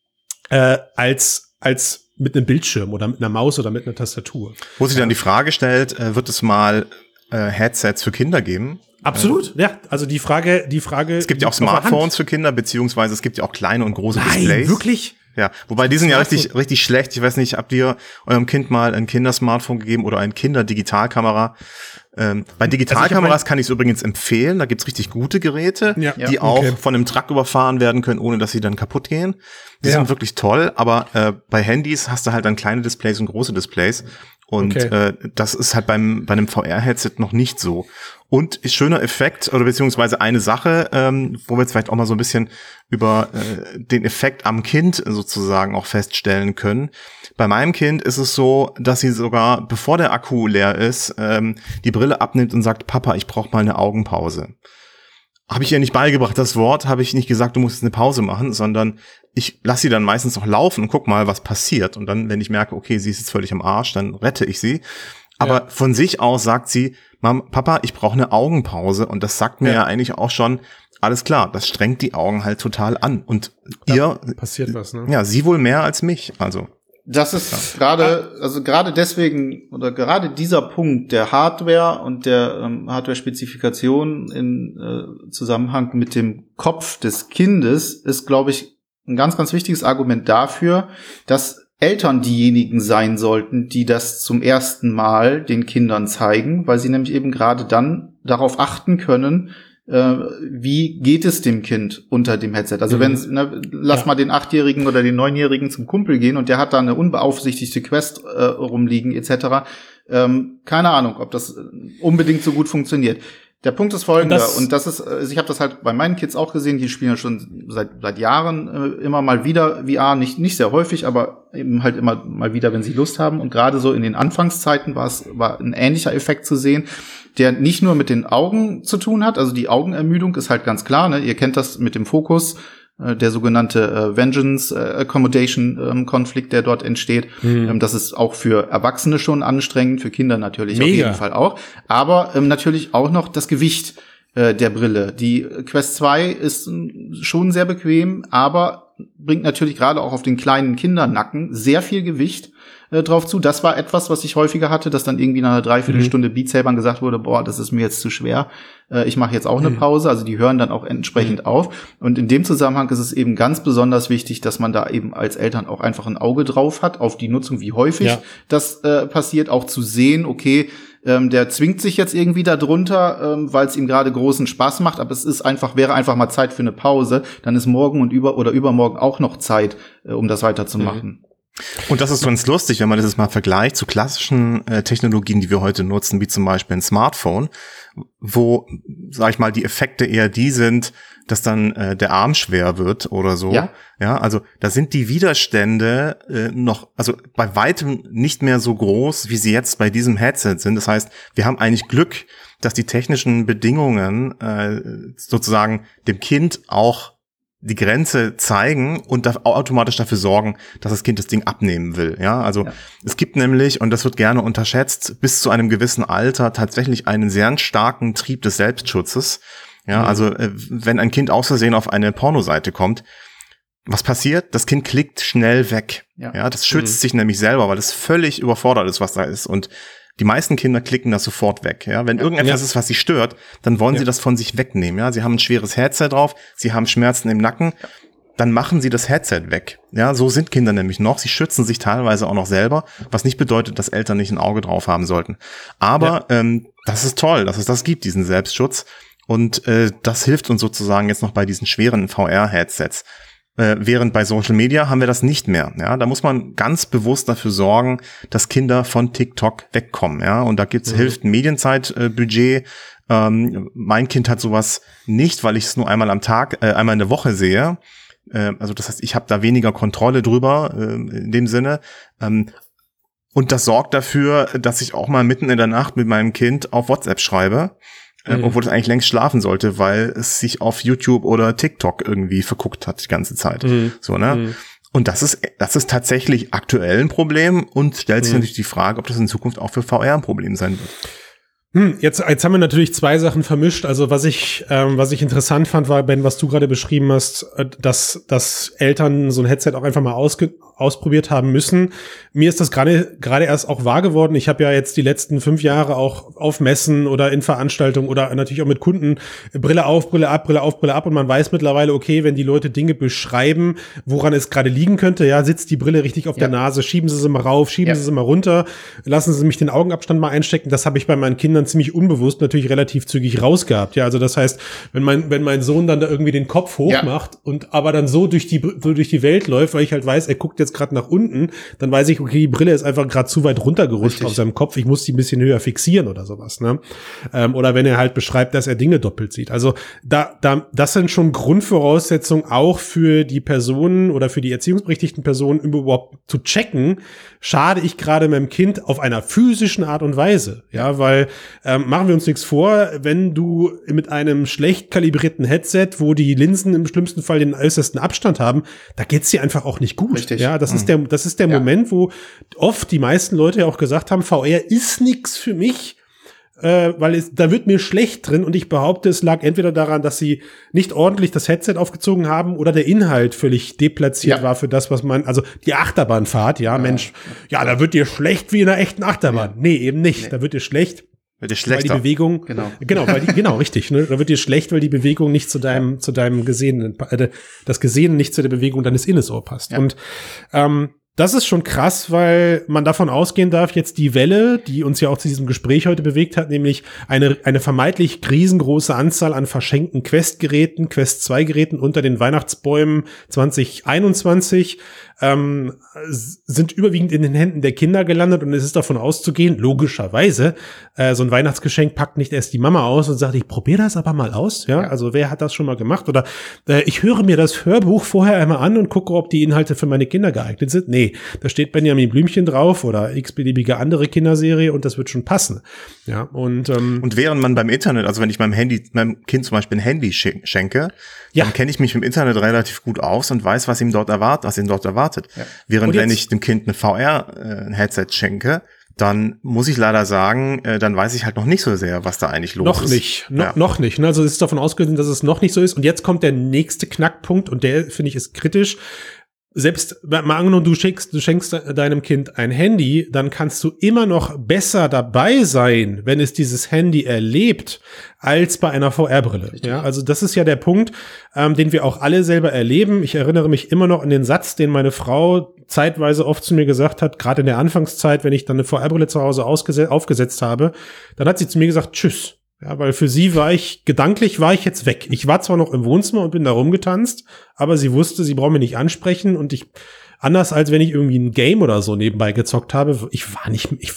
S2: als mit einem Bildschirm oder mit einer Maus oder mit einer Tastatur.
S3: Wo sich dann die Frage stellt, wird es mal Headsets für Kinder geben?
S2: Absolut, ja. Also die Frage.
S3: Es gibt ja auch Smartphones für Kinder, beziehungsweise es gibt ja auch kleine und große Displays.
S2: Nein, wirklich?
S3: Ja, wobei die sind ja richtig schlecht. Ich weiß nicht, habt ihr eurem Kind mal ein Kindersmartphone gegeben oder ein Kinderdigitalkamera? Bei Digitalkameras kann ich es übrigens empfehlen. Da gibt's richtig gute Geräte, die auch von einem Truck überfahren werden können, ohne dass sie dann kaputt gehen. Die sind wirklich toll, aber bei Handys hast du halt dann kleine Displays und große Displays. Und das ist halt bei einem VR-Headset noch nicht so. Und schöner Effekt, oder beziehungsweise eine Sache, wo wir jetzt vielleicht auch mal so ein bisschen über den Effekt am Kind sozusagen auch feststellen können. Bei meinem Kind ist es so, dass sie sogar, bevor der Akku leer ist, die Brille abnimmt und sagt, Papa, ich brauche mal eine Augenpause. Habe ich ihr nicht beigebracht, das Wort, habe ich nicht gesagt, du musst jetzt eine Pause machen, sondern ich lasse sie dann meistens noch laufen und guck mal, was passiert. Und dann, wenn ich merke, okay, sie ist jetzt völlig am Arsch, dann rette ich sie. Aber von sich aus sagt sie, Papa, ich brauche eine Augenpause. Und das sagt mir ja eigentlich auch schon, alles klar, das strengt die Augen halt total an. Und ihr
S2: passiert was, ne?
S3: Ja, sie wohl mehr als mich. Also
S4: das ist gerade deswegen oder gerade dieser Punkt der Hardware und der Hardware-Spezifikation in Zusammenhang mit dem Kopf des Kindes ist, glaube ich, ein ganz, ganz wichtiges Argument dafür, dass Eltern diejenigen sein sollten, die das zum ersten Mal den Kindern zeigen, weil sie nämlich eben gerade dann darauf achten können, wie geht es dem Kind unter dem Headset? Also lass mal den 8-Jährigen oder den 9-Jährigen zum Kumpel gehen und der hat da eine unbeaufsichtigte Quest rumliegen etc. Keine Ahnung, ob das unbedingt so gut funktioniert. Der Punkt ist folgender, und das ist, also ich habe das halt bei meinen Kids auch gesehen, die spielen ja schon seit Jahren immer mal wieder VR, nicht sehr häufig, aber eben halt immer mal wieder, wenn sie Lust haben. Und gerade so in den Anfangszeiten war ein ähnlicher Effekt zu sehen, der nicht nur mit den Augen zu tun hat, also die Augenermüdung ist halt ganz klar, ne? Ihr kennt das mit dem Fokus, der sogenannte Vengeance Accommodation Konflikt, der dort entsteht. Das ist auch für Erwachsene schon anstrengend, für Kinder natürlich auf jeden Fall auch. Aber natürlich auch noch das Gewicht der Brille. Die Quest 2 ist schon sehr bequem, aber bringt natürlich gerade auch auf den kleinen Kindernacken sehr viel Gewicht drauf zu. Das war etwas, was ich häufiger hatte, dass dann irgendwie nach einer Dreiviertelstunde Beat Sabern gesagt wurde, boah, das ist mir jetzt zu schwer, ich mache jetzt auch eine Pause. Also die hören dann auch entsprechend auf. Und in dem Zusammenhang ist es eben ganz besonders wichtig, dass man da eben als Eltern auch einfach ein Auge drauf hat, auf die Nutzung, wie häufig das passiert, auch zu sehen, okay, der zwingt sich jetzt irgendwie da drunter, weil es ihm gerade großen Spaß macht, aber wäre einfach mal Zeit für eine Pause, dann ist morgen und übermorgen auch noch Zeit, um das weiterzumachen.
S3: Und das ist ganz lustig, wenn man das jetzt mal vergleicht zu klassischen Technologien, die wir heute nutzen, wie zum Beispiel ein Smartphone, wo, sag ich mal, die Effekte eher die sind, dass dann der Arm schwer wird oder so. Ja, also da sind die Widerstände noch, also bei weitem nicht mehr so groß, wie sie jetzt bei diesem Headset sind. Das heißt, wir haben eigentlich Glück, dass die technischen Bedingungen sozusagen dem Kind auch die Grenze zeigen und automatisch dafür sorgen, dass das Kind das Ding abnehmen will. Ja, also es gibt nämlich, und das wird gerne unterschätzt, bis zu einem gewissen Alter tatsächlich einen sehr starken Trieb des Selbstschutzes. Ja, also wenn ein Kind aus Versehen auf eine Pornoseite kommt, was passiert? Das Kind klickt schnell weg. Ja, das schützt sich nämlich selber, weil es völlig überfordert ist, was da ist. Und die meisten Kinder klicken das sofort weg. Ja, wenn irgendetwas ist, was sie stört, dann wollen sie das von sich wegnehmen. Ja, sie haben ein schweres Headset drauf, sie haben Schmerzen im Nacken, dann machen sie das Headset weg. Ja, so sind Kinder nämlich noch. Sie schützen sich teilweise auch noch selber, was nicht bedeutet, dass Eltern nicht ein Auge drauf haben sollten. Aber das ist toll, dass es das gibt, diesen Selbstschutz. Und das hilft uns sozusagen jetzt noch bei diesen schweren VR-Headsets. Während bei Social Media haben wir das nicht mehr. Ja, da muss man ganz bewusst dafür sorgen, dass Kinder von TikTok wegkommen. Ja, und da hilft ein Medienzeitbudget. Mein Kind hat sowas nicht, weil ich es nur einmal am Tag, einmal in der Woche sehe. Also das heißt, ich habe da weniger Kontrolle drüber in dem Sinne. Und das sorgt dafür, dass ich auch mal mitten in der Nacht mit meinem Kind auf WhatsApp schreibe. Obwohl es eigentlich längst schlafen sollte, weil es sich auf YouTube oder TikTok irgendwie verguckt hat die ganze Zeit. So, ne? Und das ist tatsächlich aktuell ein Problem und stellt sich natürlich die Frage, ob das in Zukunft auch für VR ein Problem sein wird.
S2: Jetzt haben wir natürlich zwei Sachen vermischt. Also was ich interessant fand, war, Ben, was du gerade beschrieben hast, dass Eltern so ein Headset auch einfach mal ausprobiert haben müssen. Mir ist das gerade erst auch wahr geworden. Ich habe ja jetzt die letzten 5 Jahre auch auf Messen oder in Veranstaltungen oder natürlich auch mit Kunden Brille auf, Brille ab, Brille auf, Brille ab, und man weiß mittlerweile, okay, wenn die Leute Dinge beschreiben, woran es gerade liegen könnte, ja, sitzt die Brille richtig auf der Nase, schieben sie mal rauf, schieben sie mal runter, lassen sie mich den Augenabstand mal einstecken. Das habe ich bei meinen Kindern ziemlich unbewusst natürlich relativ zügig rausgehabt. Ja, also das heißt, wenn mein Sohn dann da irgendwie den Kopf hoch macht und aber dann so durch die Welt läuft, weil ich halt weiß, er guckt jetzt gerade nach unten, dann weiß ich, okay, die Brille ist einfach gerade zu weit runtergerutscht auf seinem Kopf, ich muss die ein bisschen höher fixieren oder sowas, ne? Oder wenn er halt beschreibt, dass er Dinge doppelt sieht. Also das sind schon Grundvoraussetzungen auch für die Personen oder für die erziehungsberechtigten Personen, überhaupt zu checken, schade ich gerade meinem Kind auf einer physischen Art und Weise, ja, weil machen wir uns nichts vor, wenn du mit einem schlecht kalibrierten Headset, wo die Linsen im schlimmsten Fall den äußersten Abstand haben, da geht's dir einfach auch nicht gut.
S4: Richtig.
S2: Ja, das ist der Moment, wo oft die meisten Leute ja auch gesagt haben, VR ist nix für mich, weil da wird mir schlecht drin, und ich behaupte, es lag entweder daran, dass sie nicht ordentlich das Headset aufgezogen haben oder der Inhalt völlig deplatziert war für das, was also die Achterbahnfahrt, Mensch, da wird dir schlecht wie in einer echten Achterbahn. Nee, eben nicht, da wird dir schlecht.
S3: Wird dir schlechter.
S2: Weil die Bewegung, genau, richtig, ne? Da wird dir schlecht, weil die Bewegung nicht zu deinem Gesehenen, das Gesehene nicht zu der Bewegung deines Innesohr passt. Ja. Und, das ist schon krass, weil man davon ausgehen darf, jetzt die Welle, die uns ja auch zu diesem Gespräch heute bewegt hat, nämlich eine vermeintlich riesengroße Anzahl an verschenkten Quest-Geräten, Quest 2-Geräten unter den Weihnachtsbäumen 2021, sind überwiegend in den Händen der Kinder gelandet und es ist davon auszugehen, logischerweise, so ein Weihnachtsgeschenk packt nicht erst die Mama aus und sagt, ich probiere das aber mal aus, ja, also wer hat das schon mal gemacht oder ich höre mir das Hörbuch vorher einmal an und gucke, ob die Inhalte für meine Kinder geeignet sind. Nee, da steht Benjamin Blümchen drauf oder x-beliebige andere Kinderserie und das wird schon passen, ja, und
S3: während man beim Internet, also wenn ich meinem Kind zum Beispiel ein Handy schenke, dann kenne ich mich im Internet relativ gut aus und weiß, was ihm dort erwartet. Ja. Während wenn ich dem Kind eine VR-Headset schenke, dann muss ich leider sagen, dann weiß ich halt noch nicht so sehr, was da eigentlich los ist.
S2: Noch nicht. Also es ist davon ausgegangen, dass es noch nicht so ist. Und jetzt kommt der nächste Knackpunkt und der, finde ich, ist kritisch. Selbst, mal angenommen, du schenkst deinem Kind ein Handy, dann kannst du immer noch besser dabei sein, wenn es dieses Handy erlebt, als bei einer VR-Brille. Ja, also das ist ja der Punkt, den wir auch alle selber erleben. Ich erinnere mich immer noch an den Satz, den meine Frau zeitweise oft zu mir gesagt hat, gerade in der Anfangszeit, wenn ich dann eine VR-Brille zu Hause aufgesetzt habe, dann hat sie zu mir gesagt, tschüss. Ja, weil für sie gedanklich war ich jetzt weg. Ich war zwar noch im Wohnzimmer und bin da rumgetanzt, aber sie wusste, sie braucht mich nicht ansprechen und anders als wenn ich irgendwie ein Game oder so nebenbei gezockt habe, ich war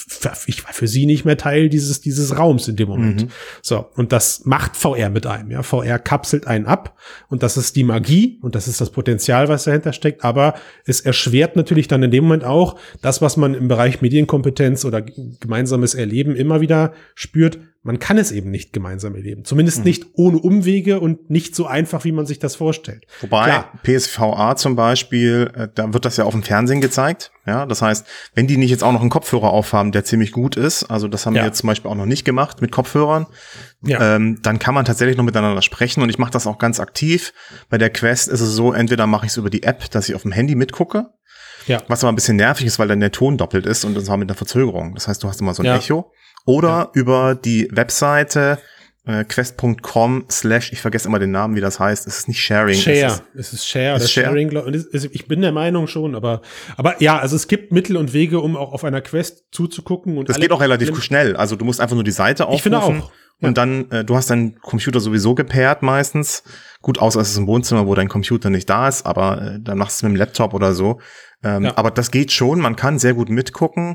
S2: für sie nicht mehr Teil dieses Raums in dem Moment. So. Und das macht VR mit einem, ja. VR kapselt einen ab und das ist die Magie und das ist das Potenzial, was dahinter steckt, aber es erschwert natürlich dann in dem Moment auch das, was man im Bereich Medienkompetenz oder gemeinsames Erleben immer wieder spürt. Man kann es eben nicht gemeinsam erleben. Zumindest nicht ohne Umwege und nicht so einfach, wie man sich das vorstellt.
S3: Wobei, klar, PSVR zum Beispiel, da wird das ja auf dem Fernsehen gezeigt. Ja, das heißt, wenn die nicht jetzt auch noch einen Kopfhörer aufhaben, der ziemlich gut ist, also das haben wir jetzt zum Beispiel auch noch nicht gemacht mit Kopfhörern, dann kann man tatsächlich noch miteinander sprechen und ich mache das auch ganz aktiv. Bei der Quest ist es so, entweder mache ich es über die App, dass ich auf dem Handy mitgucke, was aber ein bisschen nervig ist, weil dann der Ton doppelt ist und das war mit einer Verzögerung. Das heißt, du hast immer so ein Echo. Oder über die Webseite quest.com/ ich vergesse immer den Namen, wie das heißt. Es ist nicht Sharing.
S2: Es ist Share oder Sharing. Ich bin der Meinung schon, aber ja, also es gibt Mittel und Wege, um auch auf einer Quest zuzugucken. Und
S3: das geht auch relativ schnell. Also du musst einfach nur die Seite aufrufen. Ich finde auch. Und dann, du hast deinen Computer sowieso gepaart meistens. Gut, außer es ist im Wohnzimmer, wo dein Computer nicht da ist, aber dann machst du es mit dem Laptop oder so. Aber das geht schon, man kann sehr gut mitgucken.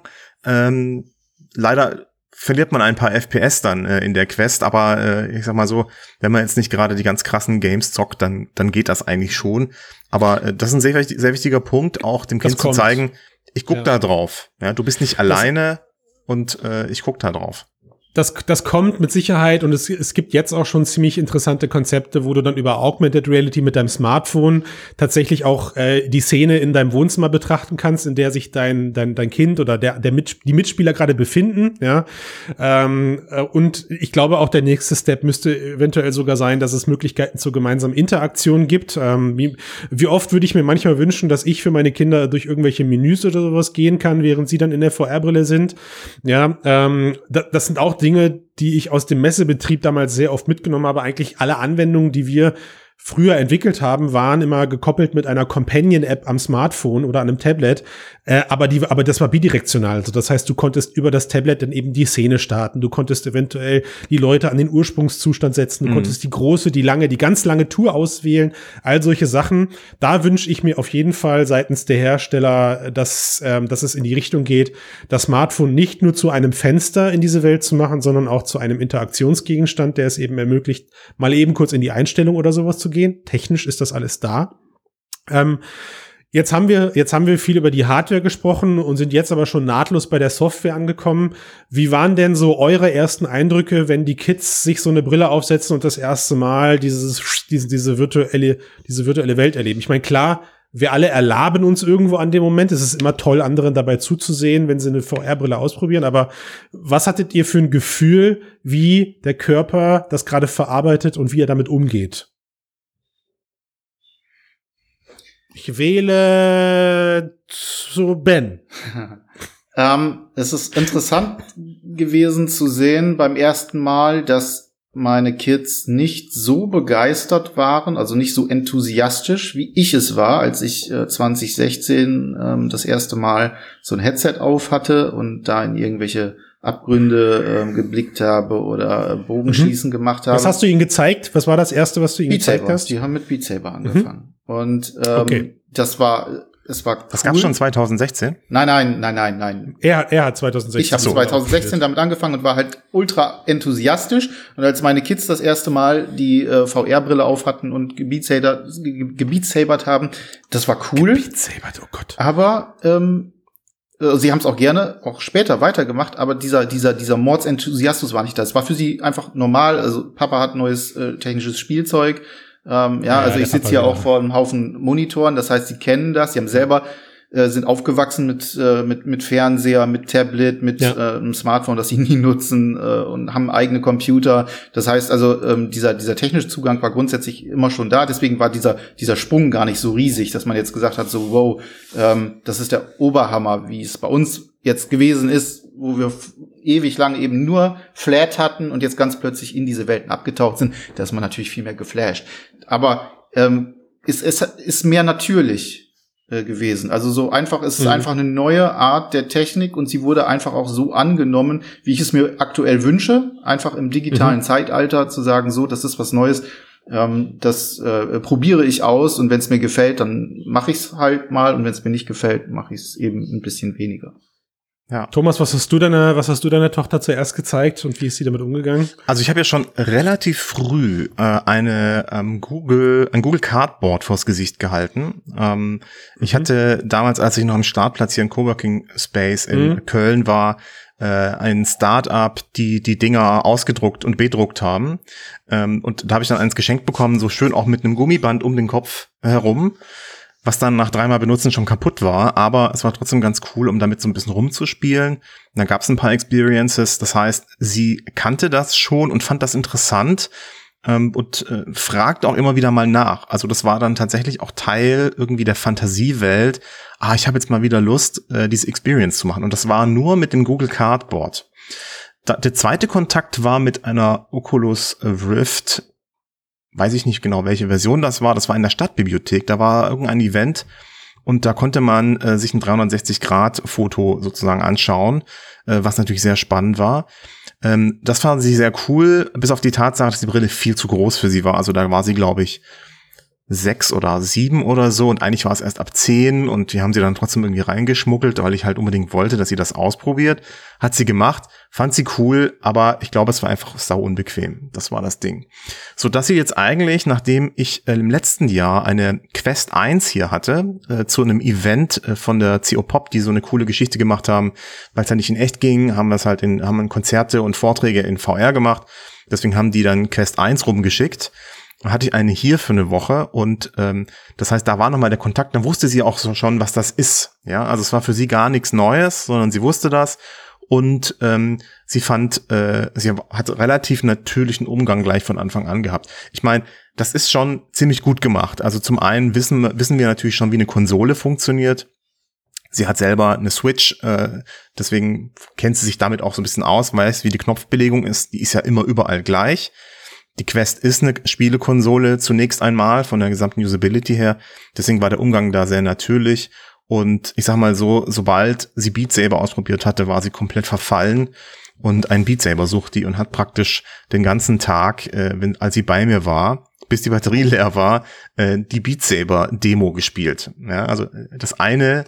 S3: Leider verliert man ein paar FPS dann in der Quest, aber ich sag mal so, wenn man jetzt nicht gerade die ganz krassen Games zockt, dann geht das eigentlich schon. Aber das ist ein sehr wichtiger Punkt, auch dem Kind zu zeigen, ich guck da drauf. Ja, du bist nicht alleine und ich guck da drauf.
S2: Das kommt mit Sicherheit und es gibt jetzt auch schon ziemlich interessante Konzepte, wo du dann über Augmented Reality mit deinem Smartphone tatsächlich auch die Szene in deinem Wohnzimmer betrachten kannst, in der sich dein Kind oder die Mitspieler gerade befinden, ja. Und ich glaube auch der nächste Step müsste eventuell sogar sein, dass es Möglichkeiten zur gemeinsamen Interaktion gibt. Wie oft würde ich mir manchmal wünschen, dass ich für meine Kinder durch irgendwelche Menüs oder sowas gehen kann, während sie dann in der VR-Brille sind. Ja, das sind auch Dinge, die ich aus dem Messebetrieb damals sehr oft mitgenommen habe. Eigentlich alle Anwendungen, die wir früher entwickelt haben, waren immer gekoppelt mit einer Companion-App am Smartphone oder an einem Tablet. Aber das war bidirektional. Also das heißt, du konntest über das Tablet dann eben die Szene starten. Du konntest eventuell die Leute an den Ursprungszustand setzen. Du konntest die ganz lange Tour auswählen. All solche Sachen. Da wünsche ich mir auf jeden Fall seitens der Hersteller, dass es in die Richtung geht, das Smartphone nicht nur zu einem Fenster in diese Welt zu machen, sondern auch zu einem Interaktionsgegenstand, der es eben ermöglicht, mal eben kurz in die Einstellung oder sowas zu gehen. Technisch ist das alles da. Jetzt haben wir viel über die Hardware gesprochen und sind jetzt aber schon nahtlos bei der Software angekommen. Wie waren denn so eure ersten Eindrücke, wenn die Kids sich so eine Brille aufsetzen und das erste Mal diese virtuelle Welt erleben? Ich meine, klar, wir alle erlaben uns irgendwo an dem Moment. Es ist immer toll, anderen dabei zuzusehen, wenn sie eine VR-Brille ausprobieren. Aber was hattet ihr für ein Gefühl, wie der Körper das gerade verarbeitet und wie er damit umgeht? Ich wähle zu Ben.
S4: Es ist interessant gewesen zu sehen beim ersten Mal, dass meine Kids nicht so begeistert waren, also nicht so enthusiastisch, wie ich es war, als ich 2016 das erste Mal so ein Headset auf hatte und da in irgendwelche Abgründe geblickt habe oder Bogenschießen gemacht habe.
S2: Was hast du ihnen gezeigt? Was war das Erste, was du ihnen gezeigt hast?
S4: Die haben mit Beat Saber angefangen. Und das war es war cool.
S3: Das gab's schon 2016?
S4: Nein.
S2: Er hat 2016.
S4: Ich habe 2016 damit angefangen und war halt ultra enthusiastisch. Und als meine Kids das erste Mal die VR-Brille auf hatten und gebeatsabert haben, das war cool.
S2: Gebeatsabert, oh Gott.
S4: Aber sie haben es auch gerne, auch später weitergemacht, aber dieser Mordsenthusiasmus war nicht da. Es war für sie einfach normal. Also Papa hat neues technisches Spielzeug. Also ich sitze hier auch vor einem Haufen Monitoren, das heißt, sie kennen das, sie haben selber, sind aufgewachsen mit Fernseher, mit Tablet, mit einem Smartphone, das sie nie nutzen und haben eigene Computer. Das heißt also, dieser technische Zugang war grundsätzlich immer schon da, deswegen war dieser Sprung gar nicht so riesig, dass man jetzt gesagt hat, so wow, das ist der Oberhammer, wie es bei uns jetzt gewesen ist, wo wir ewig lang eben nur Flat hatten und jetzt ganz plötzlich in diese Welten abgetaucht sind, da ist man natürlich viel mehr geflasht. Aber es ist mehr natürlich gewesen. Also so einfach, es ist einfach eine neue Art der Technik und sie wurde einfach auch so angenommen, wie ich es mir aktuell wünsche, einfach im digitalen Zeitalter zu sagen, so, das ist was Neues, das probiere ich aus und wenn es mir gefällt, dann mache ich es halt mal und wenn es mir nicht gefällt, mache ich es eben ein bisschen weniger.
S2: Ja. Thomas, was hast du deiner Tochter zuerst gezeigt und wie ist sie damit umgegangen?
S3: Also ich habe ja schon relativ früh ein Google Cardboard vors Gesicht gehalten. Ich hatte damals, als ich noch am Startplatz hier im Coworking Space in Köln war, ein Start-up, die Dinger ausgedruckt und bedruckt haben. Und da habe ich dann eins geschenkt bekommen, so schön auch mit einem Gummiband um den Kopf herum, was dann nach 3-mal Benutzen schon kaputt war, aber es war trotzdem ganz cool, um damit so ein bisschen rumzuspielen. Da gab es ein paar Experiences, das heißt, sie kannte das schon und fand das interessant und fragt auch immer wieder mal nach. Also das war dann tatsächlich auch Teil irgendwie der Fantasiewelt. Ich habe jetzt mal wieder Lust, diese Experience zu machen. Und das war nur mit dem Google Cardboard. Der zweite Kontakt war mit einer Oculus Rift. Weiß ich nicht genau, welche Version das war. Das war in der Stadtbibliothek. Da war irgendein Event und da konnte man sich ein 360-Grad-Foto sozusagen anschauen, was natürlich sehr spannend war. Das fand sie sehr cool, bis auf die Tatsache, dass die Brille viel zu groß für sie war. Also da war sie, glaube ich, 6 oder 7 oder so und eigentlich war es erst ab 10 und die haben sie dann trotzdem irgendwie reingeschmuggelt, weil ich halt unbedingt wollte, dass sie das ausprobiert. Hat sie gemacht, fand sie cool, aber ich glaube, es war einfach sau unbequem. Das war das Ding. So dass sie jetzt eigentlich, nachdem ich im letzten Jahr eine Quest 1 hier hatte, zu einem Event von der CO Pop, die so eine coole Geschichte gemacht haben, weil es ja nicht in echt ging, haben Konzerte und Vorträge in VR gemacht. Deswegen haben die dann Quest 1 rumgeschickt. Hatte ich eine hier für eine Woche und das heißt, da war nochmal der Kontakt, dann wusste sie auch so schon, was das ist. Ja, also es war für sie gar nichts Neues, sondern sie wusste das und sie hat relativ natürlichen Umgang gleich von Anfang an gehabt. Ich meine, das ist schon ziemlich gut gemacht. Also zum einen wissen wir natürlich schon, wie eine Konsole funktioniert. Sie hat selber eine Switch, deswegen kennt sie sich damit auch so ein bisschen aus, weiß, wie die Knopfbelegung ist. Die ist ja immer überall gleich. Die Quest ist eine Spielekonsole zunächst einmal von der gesamten Usability her. Deswegen war der Umgang da sehr natürlich. Und ich sag mal so, sobald sie Beat Saber ausprobiert hatte, war sie komplett verfallen. Und ein Beat Saber suchte die und hat praktisch den ganzen Tag, als sie bei mir war, bis die Batterie leer war, die Beat Saber Demo gespielt. Ja, also der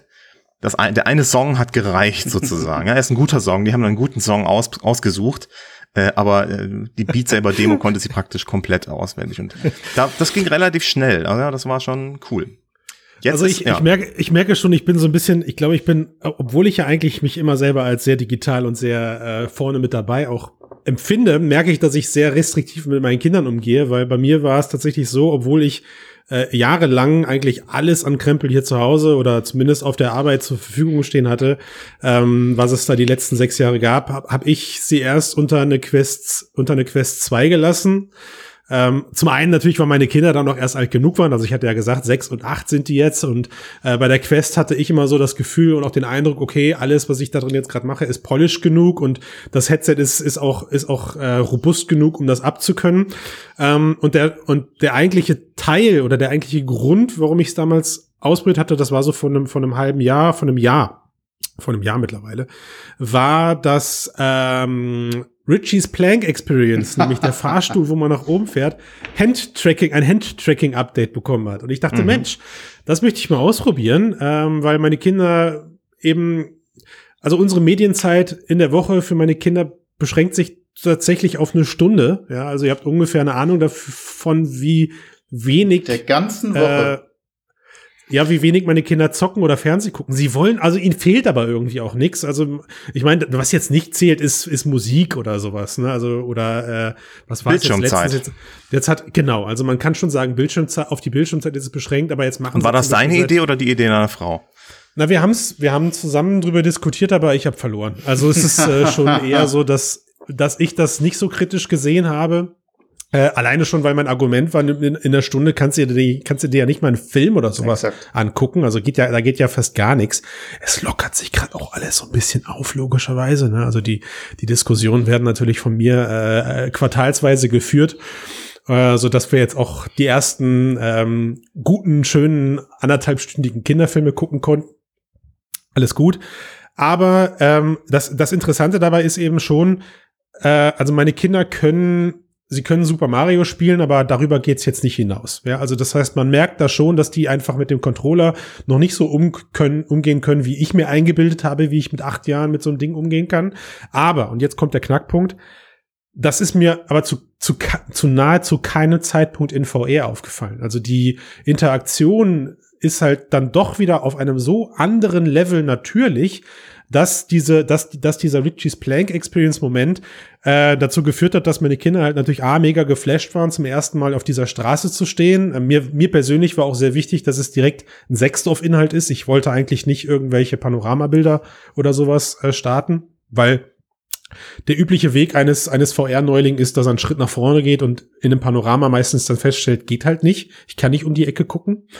S3: eine Song hat gereicht sozusagen. Ja, ist ein guter Song. Die haben einen guten Song ausgesucht. Aber die Beat Saber Demo konnte sie praktisch komplett auswendig und das ging relativ schnell. Also ja, das war schon cool.
S2: Jetzt ich merke schon, ich bin so ein bisschen, ich glaube, obwohl ich ja eigentlich mich immer selber als sehr digital und sehr vorne mit dabei auch empfinde, merke ich, dass ich sehr restriktiv mit meinen Kindern umgehe, weil bei mir war es tatsächlich so, obwohl ich jahrelang eigentlich alles an Krempel hier zu Hause oder zumindest auf der Arbeit zur Verfügung stehen hatte, was es da die letzten 6 Jahre gab, habe ich sie erst unter eine Quest 2 gelassen. Zum einen natürlich, weil meine Kinder dann noch erst alt genug waren, also ich hatte ja gesagt, 6 und 8 sind die jetzt und bei der Quest hatte ich immer so das Gefühl und auch den Eindruck, okay, alles, was ich da drin jetzt gerade mache, ist polished genug und das Headset ist auch robust genug, um das abzukönnen. Und der eigentliche Teil oder der eigentliche Grund, warum ich es damals ausprobiert hatte, das war so von einem Jahr mittlerweile, war, dass Richie's Plank Experience, nämlich der Fahrstuhl, wo man nach oben fährt, ein Handtracking-Update bekommen hat. Und ich dachte, Mensch, das möchte ich mal ausprobieren, weil meine Kinder eben, also unsere Medienzeit in der Woche für meine Kinder beschränkt sich tatsächlich auf 1 Stunde. Ja, also ihr habt ungefähr eine Ahnung davon, wie wenig
S4: der ganzen Woche.
S2: Wie wenig meine Kinder zocken oder Fernsehen gucken. Sie wollen, also ihnen fehlt aber irgendwie auch nichts. Also ich meine, was jetzt nicht zählt, ist Musik oder sowas, ne? Also oder was war
S3: Bildschirmzeit.
S2: Jetzt hat genau, also man kann schon sagen, auf die Bildschirmzeit ist es beschränkt, aber jetzt machen
S3: Und war das deine Idee oder die Idee deiner Frau?
S2: Na, wir haben zusammen drüber diskutiert, aber ich habe verloren. Also es ist schon eher so, dass ich das nicht so kritisch gesehen habe. Alleine schon, weil mein Argument war, in der Stunde kannst du dir ja nicht mal einen Film oder sowas angucken. Also da geht ja fast gar nichts. Es lockert sich gerade auch alles so ein bisschen auf, logischerweise, ne? Also die Diskussionen werden natürlich von mir quartalsweise geführt, so dass wir jetzt auch die ersten guten, schönen 1,5-stündigen Kinderfilme gucken konnten. Alles gut. Aber das Interessante dabei ist eben schon, also meine Kinder können Super Mario spielen, aber darüber geht's jetzt nicht hinaus. Ja, also das heißt, man merkt da schon, dass die einfach mit dem Controller noch nicht so umgehen können, wie ich mir eingebildet habe, wie ich mit 8 Jahren mit so einem Ding umgehen kann. Aber, und jetzt kommt der Knackpunkt, das ist mir aber zu nahezu keinem Zeitpunkt in VR aufgefallen. Also die Interaktion ist halt dann doch wieder auf einem so anderen Level natürlich, dass dieser Richie's Plank Experience Moment dazu geführt hat, dass meine Kinder halt natürlich mega geflasht waren, zum ersten Mal auf dieser Straße zu stehen. Mir persönlich war auch sehr wichtig, dass es direkt ein Sechsdorf-Inhalt ist. Ich wollte eigentlich nicht irgendwelche Panoramabilder oder sowas starten, weil der übliche Weg eines VR-Neulings ist, dass er einen Schritt nach vorne geht und in einem Panorama meistens dann feststellt, geht halt nicht. Ich kann nicht um die Ecke gucken.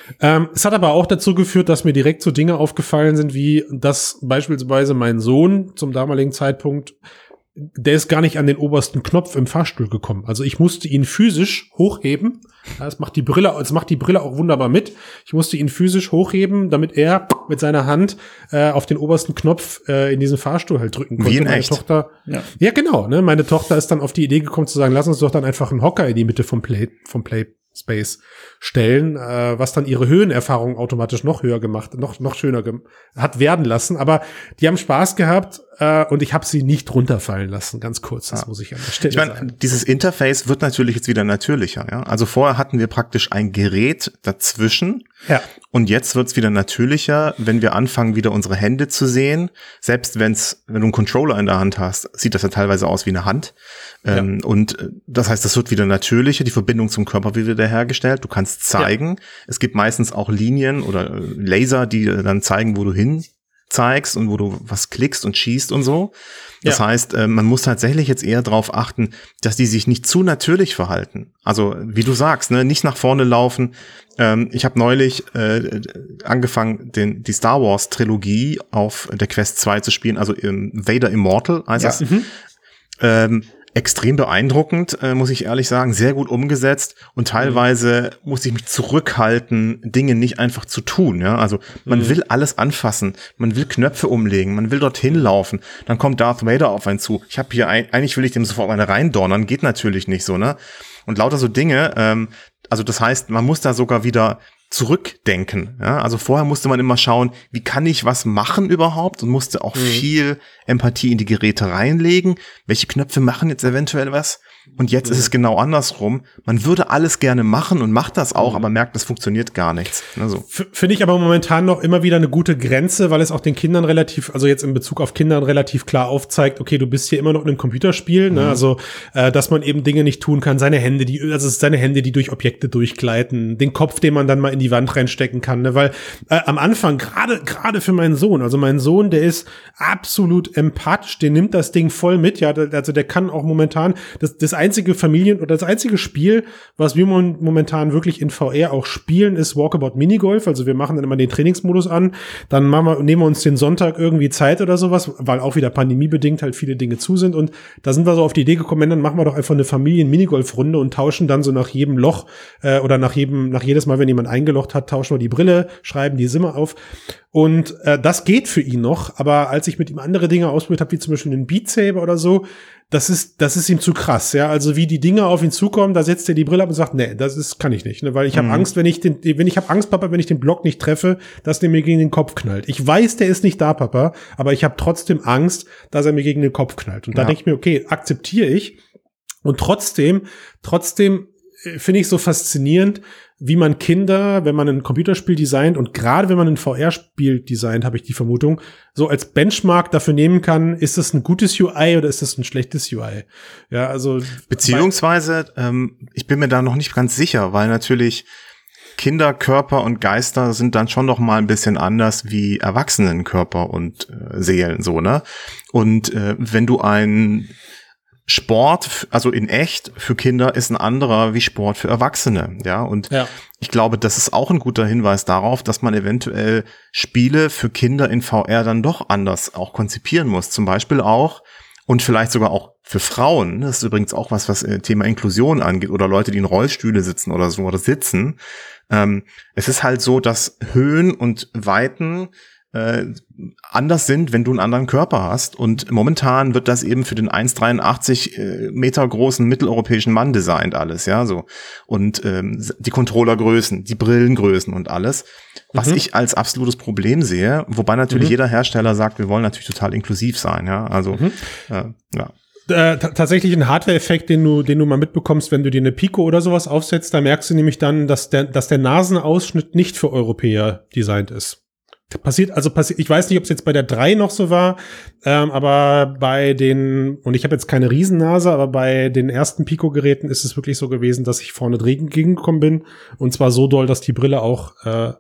S2: Es hat aber auch dazu geführt, dass mir direkt so Dinge aufgefallen sind, wie dass beispielsweise mein Sohn zum damaligen Zeitpunkt, der ist gar nicht an den obersten Knopf im Fahrstuhl gekommen. Also ich musste ihn physisch hochheben. Das macht die Brille auch wunderbar mit. Ich musste ihn physisch hochheben, damit er mit seiner Hand auf den obersten Knopf in diesen Fahrstuhl halt drücken konnte.
S3: Wie in echt.
S2: Tochter, ja genau. Ne? Meine Tochter ist dann auf die Idee gekommen zu sagen, lass uns doch dann einfach einen Hocker in die Mitte vom Playspace stellen, was dann ihre Höhenerfahrung automatisch noch höher gemacht, noch schöner hat werden lassen. Aber die haben Spaß gehabt und ich habe sie nicht runterfallen lassen, ganz kurz. Das muss ich an der Stelle sagen. Ich meine,
S3: dieses Interface wird natürlich jetzt wieder natürlicher. Ja? Also vorher hatten wir praktisch ein Gerät dazwischen. Ja. Und jetzt wird's wieder natürlicher, wenn wir anfangen, wieder unsere Hände zu sehen. Selbst wenn du einen Controller in der Hand hast, sieht das ja teilweise aus wie eine Hand. Und das heißt, das wird wieder natürlicher, die Verbindung zum Körper wird wieder hergestellt. Du kannst zeigen. Ja. Es gibt meistens auch Linien oder Laser, die dann zeigen, wo du hin zeigst und wo du was klickst und schießt und so. Das heißt, man muss tatsächlich jetzt eher darauf achten, dass die sich nicht zu natürlich verhalten. Also, wie du sagst, ne, nicht nach vorne laufen. Ich habe neulich angefangen, die Star Wars Trilogie auf der Quest 2 zu spielen, also Vader Immortal heißt das. Extrem beeindruckend, muss ich ehrlich sagen, sehr gut umgesetzt und teilweise muss ich mich zurückhalten, Dinge nicht einfach zu tun, ja, also man will alles anfassen, man will Knöpfe umlegen, man will dorthin laufen, dann kommt Darth Vader auf einen zu, ich habe hier eigentlich will ich dem sofort eine reindonnern, geht natürlich nicht so, ne, und lauter so Dinge, also das heißt, man muss da sogar wieder zurückdenken, ja, also vorher musste man immer schauen, wie kann ich was machen überhaupt und musste auch viel Empathie in die Geräte reinlegen, welche Knöpfe machen jetzt eventuell was und jetzt ist es genau andersrum, man würde alles gerne machen und macht das auch, aber merkt, das funktioniert gar nichts. Also.
S2: Finde ich aber momentan noch immer wieder eine gute Grenze, weil es auch den Kindern also jetzt in Bezug auf Kindern relativ klar aufzeigt, okay, du bist hier immer noch in einem Computerspiel, ne, also dass man eben Dinge nicht tun kann, seine Hände, die durch Objekte durchgleiten, den Kopf, den man dann mal in die Wand reinstecken kann, ne? Weil am Anfang, gerade für meinen Sohn, also mein Sohn, der ist absolut empathisch, der nimmt das Ding voll mit, ja, also der kann auch momentan, das einzige das einzige Spiel, was wir momentan wirklich in VR auch spielen, ist Walkabout Minigolf, also wir machen dann immer den Trainingsmodus an, dann nehmen wir uns den Sonntag irgendwie Zeit oder sowas, weil auch wieder pandemiebedingt halt viele Dinge zu sind und da sind wir so auf die Idee gekommen, dann machen wir doch einfach eine Familien-Minigolf-Runde und tauschen dann so nach jedem Loch oder nach jedes Mal, wenn jemand eingelocht hat, tauschen wir die Brille, schreiben die Simmer auf. Und das geht für ihn noch, aber als ich mit ihm andere Dinge ausprobiert habe, wie zum Beispiel einen Beat Saber oder so, das ist ihm zu krass, ja. Also wie die Dinge auf ihn zukommen, da setzt er die Brille ab und sagt, nee, kann ich nicht, ne? Weil ich habe Angst, wenn ich Papa, wenn ich den Block nicht treffe, dass der mir gegen den Kopf knallt. Ich weiß, der ist nicht da, Papa, aber ich habe trotzdem Angst, dass er mir gegen den Kopf knallt. Und da denke ich mir, okay, akzeptiere ich. Und trotzdem finde ich so faszinierend, wie man Kinder, wenn man ein Computerspiel designt und gerade wenn man ein VR-Spiel designt, habe ich die Vermutung, so als Benchmark dafür nehmen kann, ist das ein gutes UI oder ist das ein schlechtes UI? Ja, also
S3: beziehungsweise, ich bin mir da noch nicht ganz sicher, weil natürlich Kinder, Körper und Geister sind dann schon noch mal ein bisschen anders wie Erwachsenenkörper und Seelen, so, ne? Und wenn du ein Sport, also in echt für Kinder ist ein anderer wie Sport für Erwachsene, ja. Und ich glaube, das ist auch ein guter Hinweis darauf, dass man eventuell Spiele für Kinder in VR dann doch anders auch konzipieren muss. Zum Beispiel auch und vielleicht sogar auch für Frauen. Das ist übrigens auch was Thema Inklusion angeht oder Leute, die in Rollstühle sitzen oder so oder sitzen. Es ist halt so, dass Höhen und Weiten anders sind, wenn du einen anderen Körper hast. Und momentan wird das eben für den 1,83 Meter großen mitteleuropäischen Mann designt alles, ja, so. Und die Controllergrößen, die Brillengrößen und alles, was ich als absolutes Problem sehe, wobei natürlich jeder Hersteller sagt, wir wollen natürlich total inklusiv sein, ja, also
S2: tatsächlich ein Hardware-Effekt, den du mal mitbekommst, wenn du dir eine Pico oder sowas aufsetzt, da merkst du nämlich dann, dass der Nasenausschnitt nicht für Europäer designt ist. Passiert, ich weiß nicht, ob es jetzt bei der 3 noch so war, aber bei den, und ich habe jetzt keine Riesennase, aber bei den ersten Pico-Geräten ist es wirklich so gewesen, dass ich vorne gegengekommen bin, und zwar so doll, dass die Brille auch,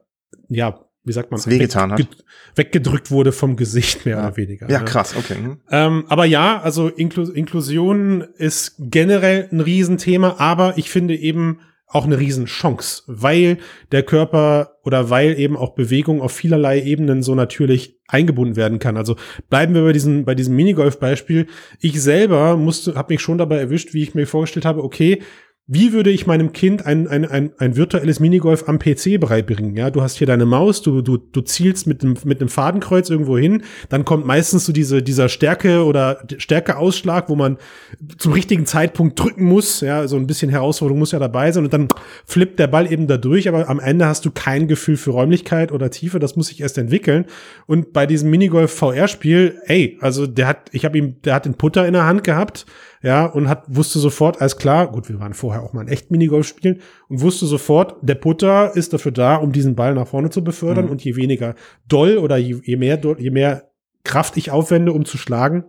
S2: wie sagt man, weggedrückt wurde vom Gesicht, mehr oder weniger.
S3: Ja, krass, okay.
S2: Aber ja, also Inklusion ist generell ein Riesenthema, aber ich finde eben auch eine Riesenchance, weil der Körper oder weil eben auch Bewegung auf vielerlei Ebenen so natürlich eingebunden werden kann. Also bleiben wir bei diesem Minigolf-Beispiel. Ich selber habe mich schon dabei erwischt, wie ich mir vorgestellt habe, okay, wie würde ich meinem Kind ein virtuelles Minigolf am PC bereitbringen? Ja, du hast hier deine Maus, du zielst mit einem Fadenkreuz irgendwo hin, dann kommt meistens so dieser Stärkeausschlag, wo man zum richtigen Zeitpunkt drücken muss, ja, so ein bisschen Herausforderung muss ja dabei sein, und dann flippt der Ball eben da durch, aber am Ende hast du kein Gefühl für Räumlichkeit oder Tiefe, das muss sich erst entwickeln. Und bei diesem Minigolf VR-Spiel, also der hat den Putter in der Hand gehabt, ja, und wusste sofort, alles klar, gut, wir waren vorher auch mal in echt Minigolf spielen, und wusste sofort, der Putter ist dafür da, um diesen Ball nach vorne zu befördern, und je weniger doll oder je mehr Kraft ich aufwende, um zu schlagen,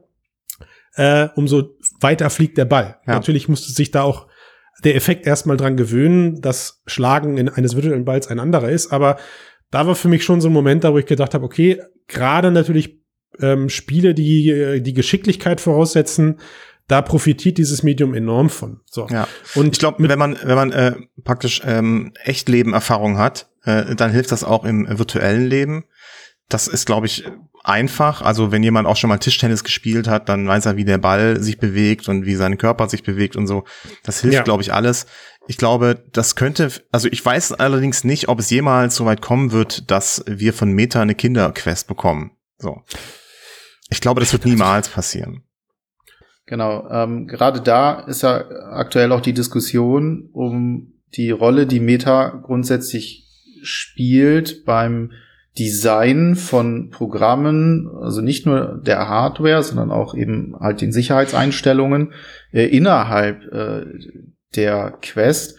S2: umso weiter fliegt der Ball. Ja. Natürlich musste sich da auch der Effekt erstmal dran gewöhnen, dass Schlagen eines virtuellen Balls ein anderer ist, aber da war für mich schon so ein Moment da, wo ich gedacht habe, okay, gerade natürlich Spiele, die Geschicklichkeit voraussetzen, da profitiert dieses Medium enorm von. So.
S3: Ja. Und ich glaube, wenn man praktisch Echtleben-Erfahrung hat, dann hilft das auch im virtuellen Leben. Das ist, glaube ich, einfach. Also wenn jemand auch schon mal Tischtennis gespielt hat, dann weiß er, wie der Ball sich bewegt und wie sein Körper sich bewegt und so. Das hilft, glaube ich, alles. Ich glaube, das könnte, also ich weiß allerdings nicht, ob es jemals so weit kommen wird, dass wir von Meta eine Kinderquest bekommen. So. Ich glaube, das wird niemals passieren.
S4: Genau, gerade da ist ja aktuell auch die Diskussion um die Rolle, die Meta grundsätzlich spielt beim Design von Programmen, also nicht nur der Hardware, sondern auch eben halt den Sicherheitseinstellungen innerhalb der Quest,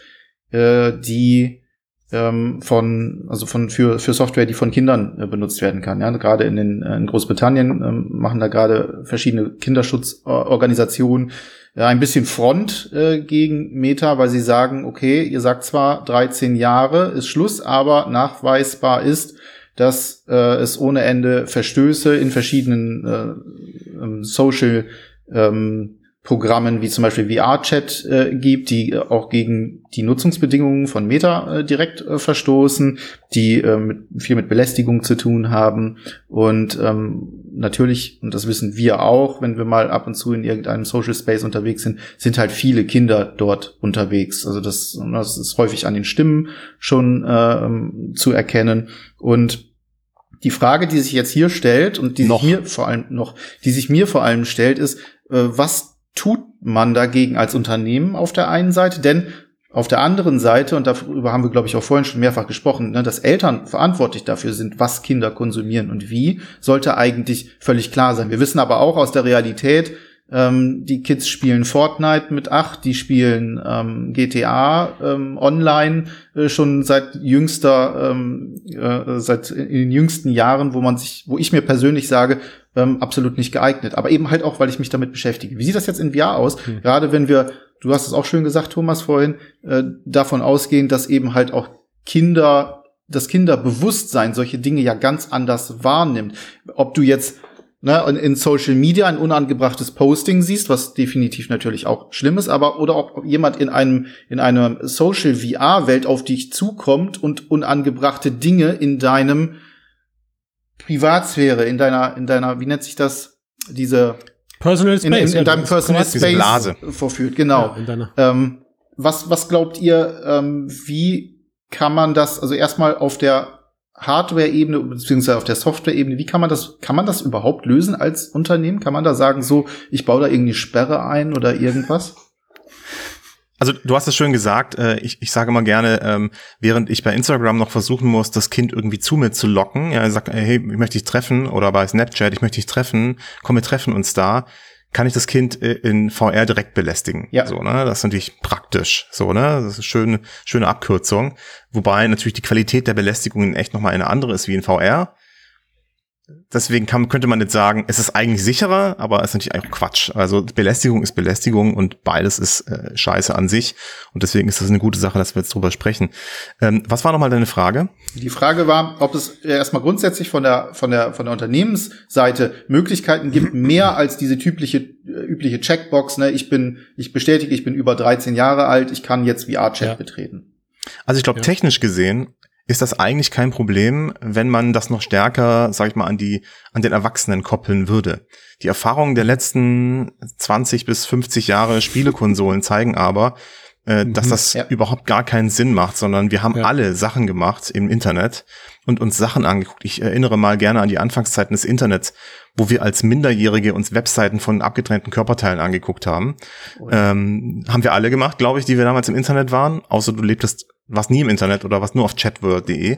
S4: die für Software, die von Kindern benutzt werden kann. Ja, gerade in Großbritannien machen da gerade verschiedene Kinderschutzorganisationen ein bisschen Front gegen Meta, weil sie sagen, okay, ihr sagt zwar 13 Jahre ist Schluss, aber nachweisbar ist, dass es ohne Ende Verstöße in verschiedenen Social Programmen wie zum Beispiel VR-Chat gibt, die auch gegen die Nutzungsbedingungen von Meta direkt verstoßen, die viel mit Belästigung zu tun haben. Und natürlich, und das wissen wir auch, wenn wir mal ab und zu in irgendeinem Social Space unterwegs sind halt viele Kinder dort unterwegs. Also das ist häufig an den Stimmen schon zu erkennen. Und die Frage, die sich jetzt hier stellt und die sich mir vor allem stellt, ist, was tut man dagegen als Unternehmen auf der einen Seite? Denn auf der anderen Seite, und darüber haben wir, glaube ich, auch vorhin schon mehrfach gesprochen, ne, dass Eltern verantwortlich dafür sind, was Kinder konsumieren und wie, sollte eigentlich völlig klar sein. Wir wissen aber auch aus der Realität, die Kids spielen Fortnite mit 8, die spielen GTA online schon seit in den jüngsten Jahren, wo ich mir persönlich sage, absolut nicht geeignet. Aber eben halt auch, weil ich mich damit beschäftige. Wie sieht das jetzt in VR aus? Gerade wenn wir, du hast es auch schön gesagt, Thomas, vorhin, davon ausgehen, dass eben halt auch das Kinderbewusstsein solche Dinge ja ganz anders wahrnimmt. Ob du jetzt in Social Media ein unangebrachtes Posting siehst, was definitiv natürlich auch schlimm ist, oder ob jemand in einer Social VR-Welt auf dich zukommt und unangebrachte Dinge in deinem Privatsphäre, in deiner, wie nennt sich das, diese
S2: Personal Space,
S4: in deinem Personal Space
S3: Blase
S4: vorführt, genau. Ja, was glaubt ihr, wie kann man das, also erstmal auf der Hardware-Ebene beziehungsweise auf der Software-Ebene, wie kann man das überhaupt lösen als Unternehmen? Kann man da sagen, so, ich baue da irgendwie Sperre ein oder irgendwas?
S3: Also du hast es schön gesagt, ich sage mal gerne, während ich bei Instagram noch versuchen muss, das Kind irgendwie zu mir zu locken, ja, sagt, hey, ich möchte dich treffen, oder bei Snapchat, ich möchte dich treffen, komm, wir treffen uns da, kann ich das Kind in VR direkt belästigen. Ja. So, ne? Das ist natürlich praktisch. So, ne? Das ist eine schöne Abkürzung. Wobei natürlich die Qualität der Belästigung in echt nochmal eine andere ist wie in VR. Deswegen könnte man jetzt sagen, es ist eigentlich sicherer, aber es ist natürlich auch Quatsch. Also Belästigung ist Belästigung und beides ist Scheiße an sich. Und deswegen ist das eine gute Sache, dass wir jetzt drüber sprechen. Was war nochmal deine Frage?
S4: Die Frage war, ob es erstmal grundsätzlich von der Unternehmensseite Möglichkeiten gibt, mehr als diese übliche Checkbox, ne? Ich bestätige, ich bin über 13 Jahre alt, ich kann jetzt VR-Chat betreten.
S3: Also ich glaube, technisch gesehen ist das eigentlich kein Problem, wenn man das noch stärker, sag ich mal, an den Erwachsenen koppeln würde. Die Erfahrungen der letzten 20 bis 50 Jahre Spielekonsolen zeigen aber, dass das überhaupt gar keinen Sinn macht, sondern wir haben alle Sachen gemacht im Internet und uns Sachen angeguckt. Ich erinnere mal gerne an die Anfangszeiten des Internets, wo wir als Minderjährige uns Webseiten von abgetrennten Körperteilen angeguckt haben. Haben wir alle gemacht, glaube ich, die wir damals im Internet waren, außer du warst nie im Internet oder warst nur auf chatworld.de.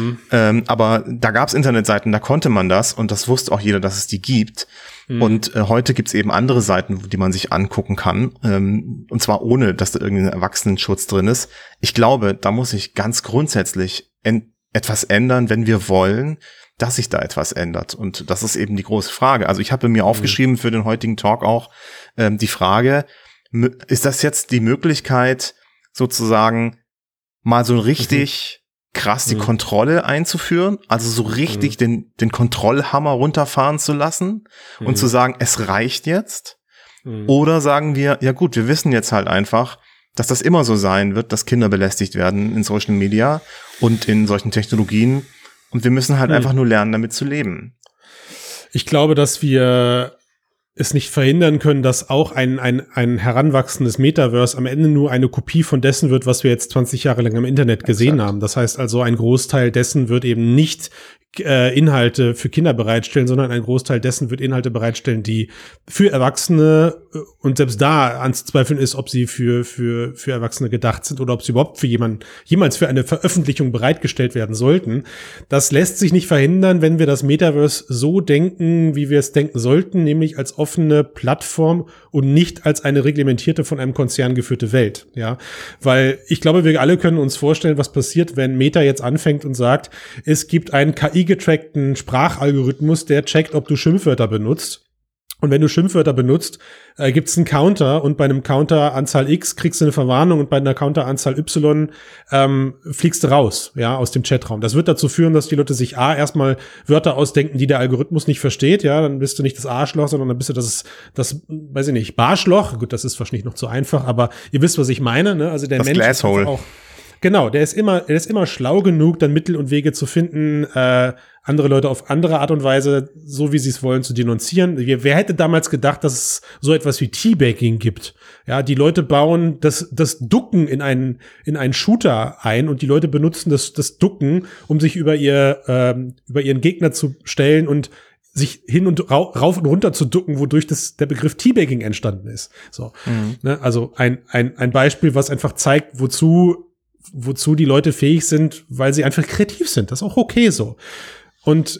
S3: Aber da gab's Internetseiten, da konnte man das und das wusste auch jeder, dass es die gibt. Und heute gibt's eben andere Seiten, die man sich angucken kann, und zwar ohne, dass da irgendein Erwachsenenschutz drin ist. Ich glaube, da muss sich ganz grundsätzlich etwas ändern, wenn wir wollen, dass sich da etwas ändert. Und das ist eben die große Frage. Also ich habe mir aufgeschrieben für den heutigen Talk auch die Frage, ist das jetzt die Möglichkeit, sozusagen mal so richtig krass die Kontrolle einzuführen, also so richtig den Kontrollhammer runterfahren zu lassen und zu sagen, es reicht jetzt? Oder sagen wir, ja gut, wir wissen jetzt halt einfach, dass das immer so sein wird, dass Kinder belästigt werden in Social Media und in solchen Technologien und wir müssen halt einfach nur lernen, damit zu leben.
S2: Ich glaube, dass wir es nicht verhindern können, dass auch ein heranwachsendes Metaverse am Ende nur eine Kopie von dessen wird, was wir jetzt 20 Jahre lang im Internet gesehen haben. Das heißt also, ein Großteil dessen wird eben nicht Inhalte für Kinder bereitstellen, sondern ein Großteil dessen wird Inhalte bereitstellen, die für Erwachsene und selbst da anzuzweifeln ist, ob sie für Erwachsene gedacht sind oder ob sie überhaupt für jemals für eine Veröffentlichung bereitgestellt werden sollten. Das lässt sich nicht verhindern, wenn wir das Metaverse so denken, wie wir es denken sollten, nämlich als offene Plattform und nicht als eine reglementierte, von einem Konzern geführte Welt. Ja, weil ich glaube, wir alle können uns vorstellen, was passiert, wenn Meta jetzt anfängt und sagt, es gibt einen KI-getrackten Sprachalgorithmus, der checkt, ob du Schimpfwörter benutzt. Und wenn du Schimpfwörter benutzt, gibt's einen Counter und bei einem Counter Anzahl X kriegst du eine Verwarnung und bei einer Counter Anzahl Y fliegst du raus, ja, aus dem Chatraum. Das wird dazu führen, dass die Leute sich erstmal Wörter ausdenken, die der Algorithmus nicht versteht, ja, dann bist du nicht das Arschloch, sondern dann bist du das, weiß ich nicht, Barschloch. Gut, das ist wahrscheinlich noch zu einfach, aber ihr wisst, was ich meine, ne? Also der
S3: das
S2: Mensch
S3: Glasshole.
S2: ist auch genau, der ist immer schlau genug, dann Mittel und Wege zu finden, andere Leute auf andere Art und Weise, so wie sie es wollen, zu denunzieren. Wer hätte damals gedacht, dass es so etwas wie Teabagging gibt? Ja, die Leute bauen das Ducken in einen Shooter ein und die Leute benutzen das Ducken, um sich über ihren Gegner zu stellen und sich hin und rauf und runter zu ducken, wodurch der Begriff Teabagging entstanden ist. So, ne? Also ein Beispiel, was einfach zeigt, wozu die Leute fähig sind, weil sie einfach kreativ sind. Das ist auch okay so. Und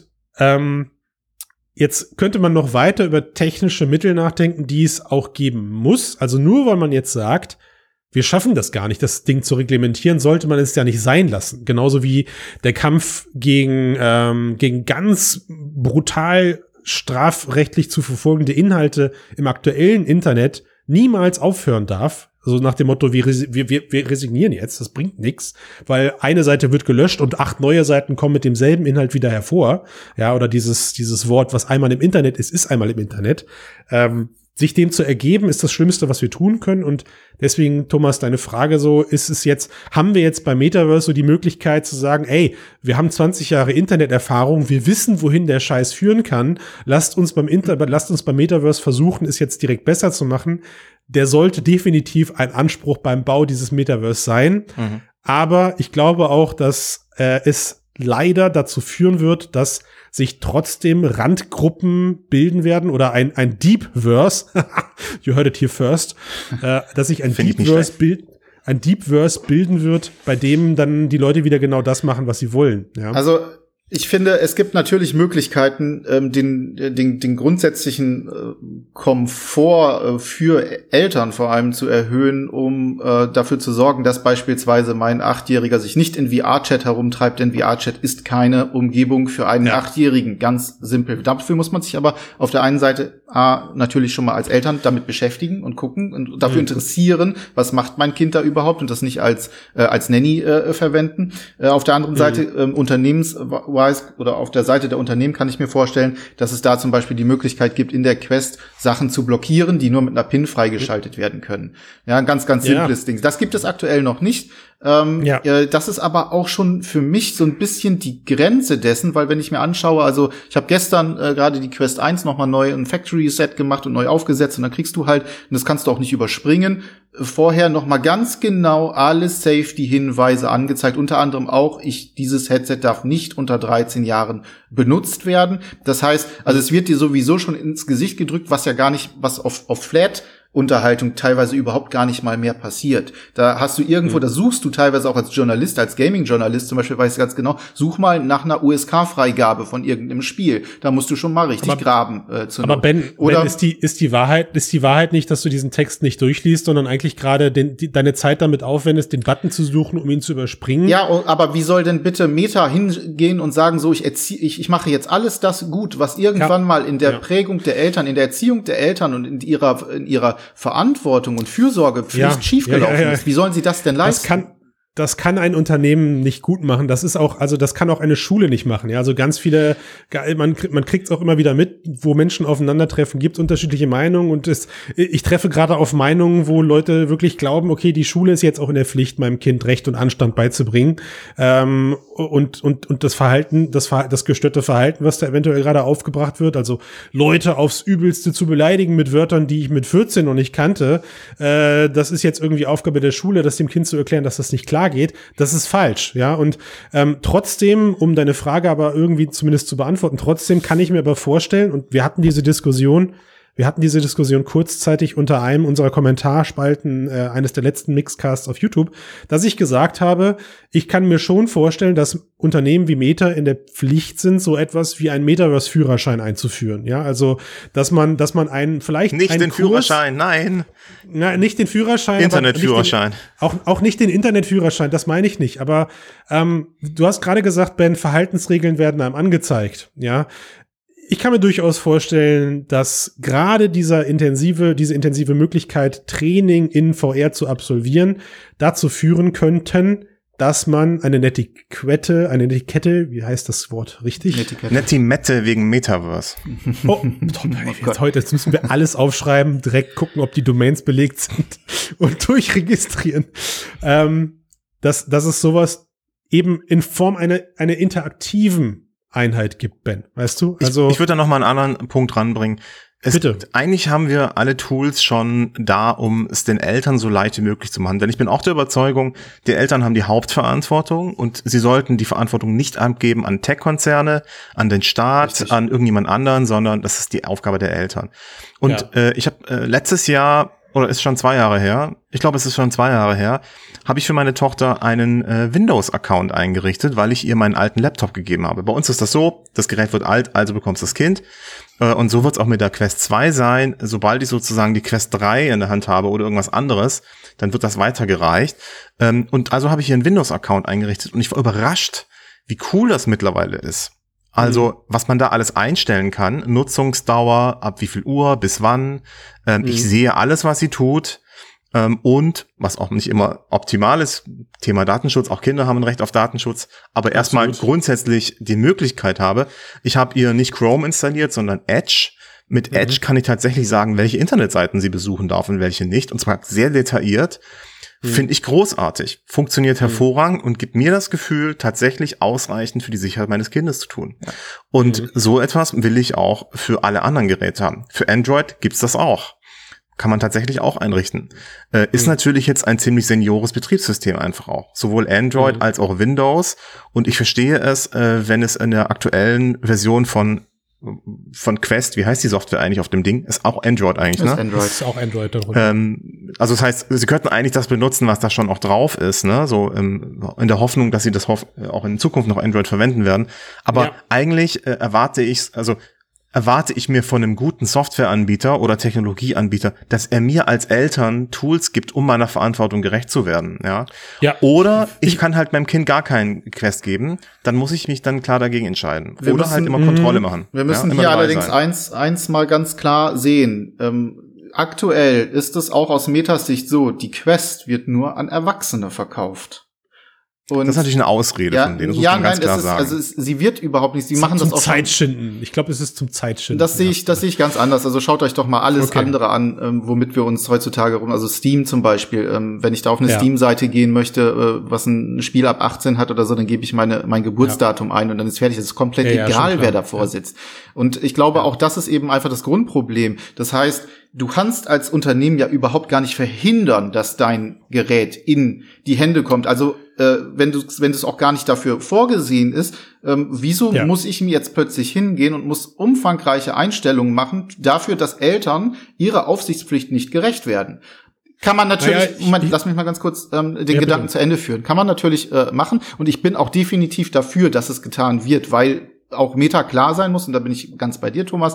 S2: jetzt könnte man noch weiter über technische Mittel nachdenken, die es auch geben muss. Also nur weil man jetzt sagt, wir schaffen das gar nicht, das Ding zu reglementieren, sollte man es ja nicht sein lassen. Genauso wie der Kampf gegen ganz brutal strafrechtlich zu verfolgende Inhalte im aktuellen Internet niemals aufhören darf. Also nach dem Motto, wir resignieren jetzt, das bringt nichts, weil eine Seite wird gelöscht und 8 neue Seiten kommen mit demselben Inhalt wieder hervor. Ja, oder dieses Wort, was einmal im Internet ist einmal im Internet. Sich dem zu ergeben, ist das Schlimmste, was wir tun können. Und deswegen, Thomas, deine Frage so, haben wir jetzt bei Metaverse so die Möglichkeit zu sagen, ey, wir haben 20 Jahre Interneterfahrung, wir wissen, wohin der Scheiß führen kann. Lasst uns beim Metaverse versuchen, es jetzt direkt besser zu machen. Der sollte definitiv ein Anspruch beim Bau dieses Metaverse sein. Mhm. Aber ich glaube auch, dass es leider dazu führen wird, dass sich trotzdem Randgruppen bilden werden oder ein Deepverse, you heard it here first, dass sich ein Deepverse bilden wird, bei dem dann die Leute wieder genau das machen, was sie wollen. Ja?
S4: Also ich finde, es gibt natürlich Möglichkeiten, den grundsätzlichen Komfort für Eltern vor allem zu erhöhen, um dafür zu sorgen, dass beispielsweise mein 8-Jähriger sich nicht in VR-Chat herumtreibt, denn VR-Chat ist keine Umgebung für einen 8-Jährigen, ganz simpel. Dafür muss man sich aber auf der einen Seite natürlich schon mal als Eltern damit beschäftigen und gucken und dafür interessieren, was macht mein Kind da überhaupt und das nicht als Nanny verwenden. Auf der anderen Seite oder auf der Seite der Unternehmen kann ich mir vorstellen, dass es da zum Beispiel die Möglichkeit gibt, in der Quest Sachen zu blockieren, die nur mit einer PIN freigeschaltet werden können. Ja, ein ganz, ganz simples Ding. Das gibt es aktuell noch nicht. Das ist aber auch schon für mich so ein bisschen die Grenze dessen, weil wenn ich mir anschaue, also ich habe gestern gerade die Quest 1 nochmal neu ein Factory Set gemacht und neu aufgesetzt und dann kriegst du halt, und das kannst du auch nicht überspringen, vorher nochmal ganz genau alle Safety-Hinweise angezeigt, unter anderem auch, dieses Headset darf nicht unter 13 Jahren benutzt werden. Das heißt, also es wird dir sowieso schon ins Gesicht gedrückt, was ja gar nicht, was auf Flat-Unterhaltung teilweise überhaupt gar nicht mal mehr passiert. Da hast du irgendwo, da suchst du teilweise auch als Journalist, als Gaming-Journalist zum Beispiel, weiß ich ganz genau, such mal nach einer USK-Freigabe von irgendeinem Spiel. Da musst du schon mal richtig graben.
S2: Aber Ben, ist die Wahrheit nicht, dass du diesen Text nicht durchliest, sondern eigentlich gerade deine Zeit damit aufwendest, den Button zu suchen, um ihn zu überspringen?
S4: Ja, aber wie soll denn bitte Meta hingehen und sagen, so, ich mache jetzt alles das gut, was irgendwann mal in der Prägung der Eltern, in der Erziehung der Eltern und in ihrer Verantwortung und Fürsorgepflicht schiefgelaufen ist. Wie sollen sie das denn leisten?
S2: Das kann ein Unternehmen nicht gut machen. Das kann auch eine Schule nicht machen. Ja, also ganz viele, man kriegt es auch immer wieder mit, wo Menschen aufeinandertreffen, gibt unterschiedliche Meinungen und ich treffe gerade auf Meinungen, wo Leute wirklich glauben, okay, die Schule ist jetzt auch in der Pflicht, meinem Kind Recht und Anstand beizubringen. Und das Verhalten, das gestörte Verhalten, was da eventuell gerade aufgebracht wird, also Leute aufs Übelste zu beleidigen mit Wörtern, die ich mit 14 noch nicht kannte, das ist jetzt irgendwie Aufgabe der Schule, das dem Kind zu erklären, dass das nicht klar geht, das ist falsch, ja, und trotzdem, um deine Frage aber irgendwie zumindest zu beantworten, trotzdem kann ich mir aber vorstellen, und wir hatten diese Diskussion kurzzeitig unter einem unserer Kommentarspalten eines der letzten Mixcasts auf YouTube, dass ich gesagt habe, ich kann mir schon vorstellen, dass Unternehmen wie Meta in der Pflicht sind, so etwas wie einen Metaverse-Führerschein einzuführen. Ja, also dass man vielleicht
S3: nicht den Führerschein, nein.
S2: Na, nicht den Führerschein.
S3: Internetführerschein.
S2: Auch nicht den Internetführerschein, das meine ich nicht. Aber du hast gerade gesagt, Ben, Verhaltensregeln werden einem angezeigt. Ja. Ich kann mir durchaus vorstellen, dass gerade diese intensive Möglichkeit, Training in VR zu absolvieren, dazu führen könnten, dass man eine Netiquette, wie heißt das Wort richtig?
S3: Netimette wegen Metaverse.
S2: Oh, jetzt müssen wir alles aufschreiben, direkt gucken, ob die Domains belegt sind und durchregistrieren. Dass es sowas eben in Form einer interaktiven Einheit gibt, Ben, weißt du?
S3: Also ich würde da noch mal einen anderen Punkt ranbringen.
S2: Bitte.
S3: Eigentlich haben wir alle Tools schon da, um es den Eltern so leicht wie möglich zu machen. Denn ich bin auch der Überzeugung, die Eltern haben die Hauptverantwortung und sie sollten die Verantwortung nicht abgeben an Tech-Konzerne, an den Staat, richtig, an irgendjemand anderen, sondern das ist die Aufgabe der Eltern. Und ich habe letztes Jahr, oder ist schon 2 Jahre her, ich glaube, es ist schon 2 Jahre her, habe ich für meine Tochter einen Windows-Account eingerichtet, weil ich ihr meinen alten Laptop gegeben habe. Bei uns ist das so, das Gerät wird alt, also bekommst du das Kind. Und so wird es auch mit der Quest 2 sein. Sobald ich sozusagen die Quest 3 in der Hand habe oder irgendwas anderes, dann wird das weitergereicht. Und also habe ich hier einen Windows-Account eingerichtet und ich war überrascht, wie cool das mittlerweile ist. Also, was man da alles einstellen kann, Nutzungsdauer, ab wie viel Uhr, bis wann. Ich sehe alles, was sie tut. Und, was auch nicht immer optimal ist, Thema Datenschutz, auch Kinder haben ein Recht auf Datenschutz, aber erstmal grundsätzlich die Möglichkeit habe, ich habe ihr nicht Chrome installiert, sondern Edge. Mit Edge kann ich tatsächlich sagen, welche Internetseiten sie besuchen darf und welche nicht, und zwar sehr detailliert. Finde ich großartig, funktioniert hervorragend und gibt mir das Gefühl, tatsächlich ausreichend für die Sicherheit meines Kindes zu tun. Ja. Und so etwas will ich auch für alle anderen Geräte haben. Für Android gibt's das auch. Kann man tatsächlich auch einrichten. Ist natürlich jetzt ein ziemlich seniores Betriebssystem einfach auch. Sowohl Android als auch Windows. Und ich verstehe es, wenn es in der aktuellen Version von Quest, wie heißt die Software eigentlich auf dem Ding? Ist auch Android eigentlich, ne?
S2: Android. Ist auch Android darunter.
S3: Also das heißt, sie könnten eigentlich das benutzen, was da schon auch drauf ist, ne? So in der Hoffnung, dass sie das auch in Zukunft noch Android verwenden werden. Aber eigentlich erwarte ich mir von einem guten Softwareanbieter oder Technologieanbieter, dass er mir als Eltern Tools gibt, um meiner Verantwortung gerecht zu werden, ja. Oder ich kann halt meinem Kind gar keinen Quest geben, dann muss ich mich dann klar dagegen entscheiden. Oder halt immer Kontrolle machen.
S4: Wir müssen hier allerdings eins mal ganz klar sehen. Aktuell ist es auch aus Metas-Sicht so, die Quest wird nur an Erwachsene verkauft. Und
S3: das ist natürlich eine Ausrede von denen, das muss man ganz klar sagen.
S4: Also sie wird überhaupt nicht, sie machen das auch
S2: Zeitschinden. Ich glaube, es ist zum Zeitschinden.
S4: Das sehe ich ganz anders. Also schaut euch doch mal alles andere an, womit wir uns heutzutage also Steam zum Beispiel, wenn ich da auf eine Steam-Seite gehen möchte, was ein Spiel ab 18 hat oder so, dann gebe ich mein Geburtsdatum ein und dann ist fertig. Es ist komplett egal, wer davor sitzt. Und ich glaube, auch das ist eben einfach das Grundproblem. Das heißt, du kannst als Unternehmen ja überhaupt gar nicht verhindern, dass dein Gerät in die Hände kommt. Also wenn es auch gar nicht dafür vorgesehen ist, wieso muss ich mir jetzt plötzlich hingehen und muss umfangreiche Einstellungen machen dafür, dass Eltern ihrer Aufsichtspflicht nicht gerecht werden? Kann man natürlich, Moment, lass mich mal ganz kurz den Gedanken zu Ende führen. Kann man natürlich machen, und ich bin auch definitiv dafür, dass es getan wird, weil auch Meta klar sein muss, und da bin ich ganz bei dir, Thomas,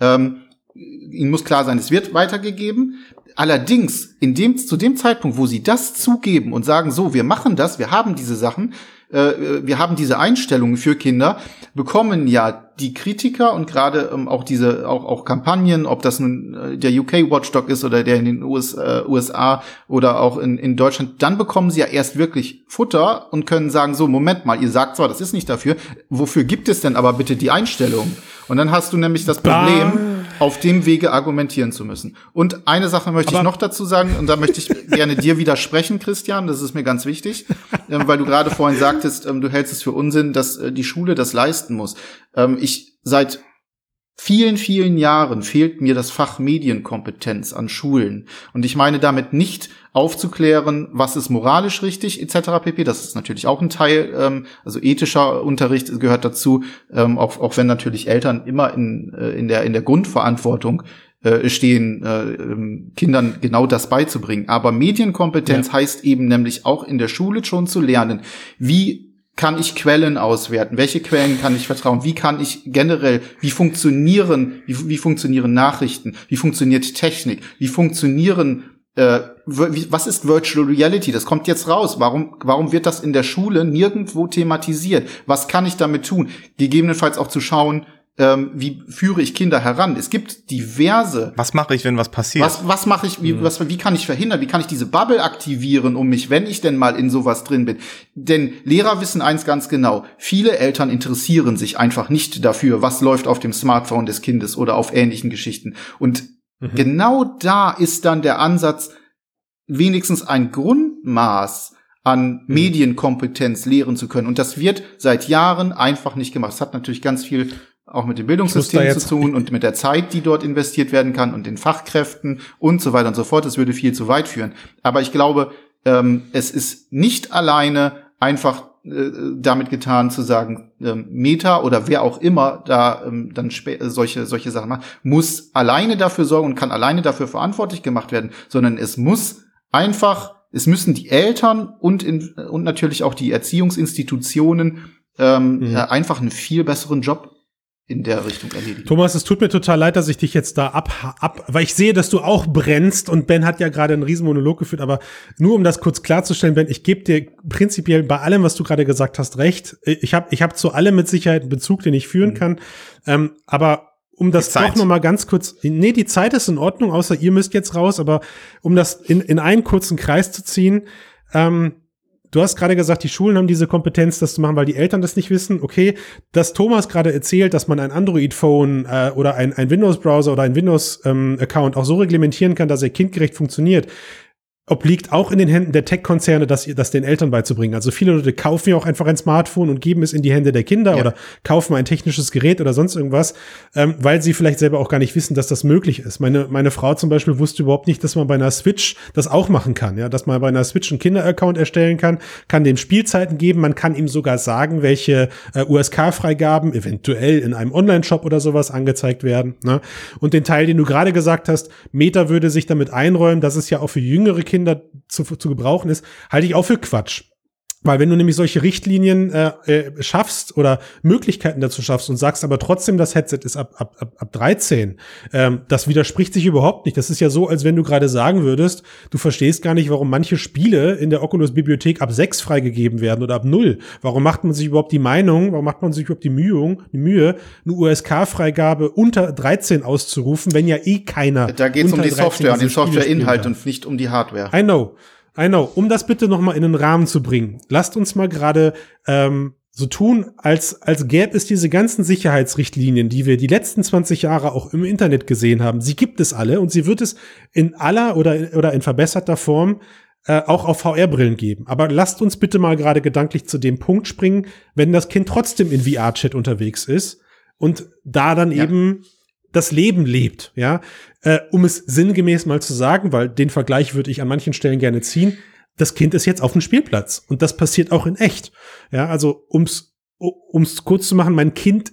S4: ihnen muss klar sein, es wird weitergegeben. Allerdings, zu dem Zeitpunkt, wo sie das zugeben und sagen, so, wir machen das, wir haben diese Sachen, wir haben diese Einstellungen für Kinder, bekommen ja die Kritiker und gerade auch Kampagnen, ob das nun der UK Watchdog ist oder der in den USA oder auch in Deutschland, dann bekommen sie ja erst wirklich Futter und können sagen, so, Moment mal, ihr sagt zwar, das ist nicht dafür, wofür gibt es denn aber bitte die Einstellung? Und dann hast du nämlich das Problem, auf dem Wege argumentieren zu müssen. Und eine Sache möchte ich noch dazu sagen, und da möchte ich gerne dir widersprechen, Christian, das ist mir ganz wichtig, weil du gerade vorhin sagtest, du hältst es für Unsinn, dass die Schule das leisten muss. Seit vielen, vielen Jahren fehlt mir das Fach Medienkompetenz an Schulen. Und ich meine damit nicht aufzuklären, was ist moralisch richtig, etc. pp. Das ist natürlich auch ein Teil, also ethischer Unterricht gehört dazu, auch wenn natürlich Eltern immer in der Grundverantwortung stehen, Kindern genau das beizubringen. Aber Medienkompetenz heißt eben nämlich auch in der Schule schon zu lernen, wie kann ich Quellen auswerten? Welche Quellen kann ich vertrauen? Wie kann ich generell, wie funktionieren Nachrichten? Wie funktioniert Technik? Wie funktionieren, was ist Virtual Reality? Das kommt jetzt raus. Warum wird das in der Schule nirgendwo thematisiert? Was kann ich damit tun? Gegebenenfalls auch zu schauen, wie führe ich Kinder heran? Es gibt diverse.
S3: Was mache ich, wenn was passiert?
S4: Was mache ich, wie kann ich verhindern? Wie kann ich diese Bubble aktivieren um mich, wenn ich denn mal in sowas drin bin? Denn Lehrer wissen eins ganz genau. Viele Eltern interessieren sich einfach nicht dafür, was läuft auf dem Smartphone des Kindes oder auf ähnlichen Geschichten. Und genau da ist dann der Ansatz, wenigstens ein Grundmaß an Medienkompetenz lehren zu können. Und das wird seit Jahren einfach nicht gemacht. Das hat natürlich ganz viel auch mit dem Bildungssystem zu tun und mit der Zeit, die dort investiert werden kann und den Fachkräften und so weiter und so fort. Das würde viel zu weit führen. Aber ich glaube, es ist nicht alleine einfach damit getan zu sagen, Meta oder wer auch immer da dann solche Sachen macht, muss alleine dafür sorgen und kann alleine dafür verantwortlich gemacht werden, sondern es müssen die Eltern und natürlich auch die Erziehungsinstitutionen einfach einen viel besseren Job in der Richtung erledigen.
S2: Thomas, es tut mir total leid, dass ich dich jetzt da weil ich sehe, dass du auch brennst und Ben hat ja gerade einen riesen Monolog geführt, aber nur um das kurz klarzustellen, Ben, ich gebe dir prinzipiell bei allem, was du gerade gesagt hast, recht. Ich hab zu allem mit Sicherheit einen Bezug, den ich führen kann, aber um das doch noch mal ganz kurz, die Zeit ist in Ordnung, außer ihr müsst jetzt raus, aber um das in einen kurzen Kreis zu ziehen, du hast gerade gesagt, die Schulen haben diese Kompetenz, das zu machen, weil die Eltern das nicht wissen. Okay, dass Thomas gerade erzählt, dass man ein Android-Phone oder ein Windows-Browser oder ein Windows-Account auch so reglementieren kann, dass er kindgerecht funktioniert, obliegt auch in den Händen der Tech-Konzerne, das den Eltern beizubringen. Also viele Leute kaufen ja auch einfach ein Smartphone und geben es in die Hände der Kinder oder kaufen ein technisches Gerät oder sonst irgendwas, weil sie vielleicht selber auch gar nicht wissen, dass das möglich ist. Meine Frau zum Beispiel wusste überhaupt nicht, dass man bei einer Switch das auch machen kann, ja, dass man bei einer Switch einen Kinder-Account erstellen kann dem Spielzeiten geben, man kann ihm sogar sagen, welche USK-Freigaben eventuell in einem Online-Shop oder sowas angezeigt werden, ne? Und den Teil, den du gerade gesagt hast, Meta würde sich damit einräumen, dass es ja auch für jüngere Kinder zu gebrauchen ist, halte ich auch für Quatsch. Weil wenn du nämlich solche Richtlinien schaffst oder Möglichkeiten dazu schaffst und sagst aber trotzdem, das Headset ist ab 13, das widerspricht sich überhaupt nicht. Das ist ja so, als wenn du gerade sagen würdest, du verstehst gar nicht, warum manche Spiele in der Oculus-Bibliothek ab 6 freigegeben werden oder ab 0. Warum macht man sich überhaupt die Mühe, eine USK-Freigabe unter 13 auszurufen, wenn ja keiner.
S4: Da geht es um die Software, den Softwareinhalt und nicht um die Hardware.
S2: I know. Um das bitte noch mal in den Rahmen zu bringen, lasst uns mal gerade so tun, als gäbe es diese ganzen Sicherheitsrichtlinien, die wir die letzten 20 Jahre auch im Internet gesehen haben. Sie gibt es alle und sie wird es in aller oder in verbesserter Form auch auf VR-Brillen geben. Aber lasst uns bitte mal gerade gedanklich zu dem Punkt springen, wenn das Kind trotzdem in VR-Chat unterwegs ist und da dann eben das Leben lebt, ja, um es sinngemäß mal zu sagen, weil den Vergleich würde ich an manchen Stellen gerne ziehen, das Kind ist jetzt auf dem Spielplatz und das passiert auch in echt, ja, also um's kurz zu machen, meine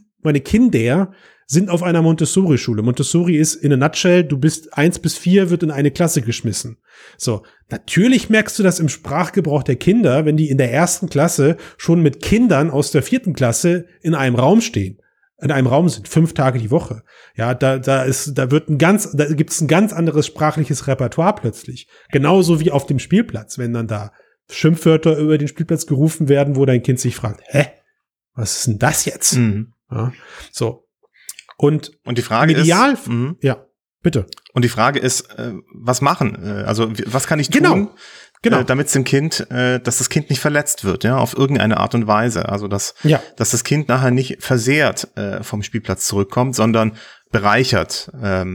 S2: Kinder sind auf einer Montessori-Schule. Montessori ist in a nutshell, du bist 1 bis 4, wird in eine Klasse geschmissen. So, natürlich merkst du das im Sprachgebrauch der Kinder, wenn die in der 1. Klasse schon mit Kindern aus der 4. Klasse in einem Raum stehen. In einem Raum sind 5 Tage die Woche. Ja, da gibt's ein ganz anderes sprachliches Repertoire plötzlich. Genauso wie auf dem Spielplatz, wenn dann da Schimpfwörter über den Spielplatz gerufen werden, wo dein Kind sich fragt, was ist denn das jetzt? Mhm. Ja, so. Und
S3: die Frage ist,
S2: ja, bitte.
S3: Und die Frage ist, was machen? Also, was kann ich tun? Genau. Damit dass das Kind nicht verletzt wird, ja, auf irgendeine Art und Weise. Also, dass das Kind nachher nicht versehrt vom Spielplatz zurückkommt, sondern bereichert,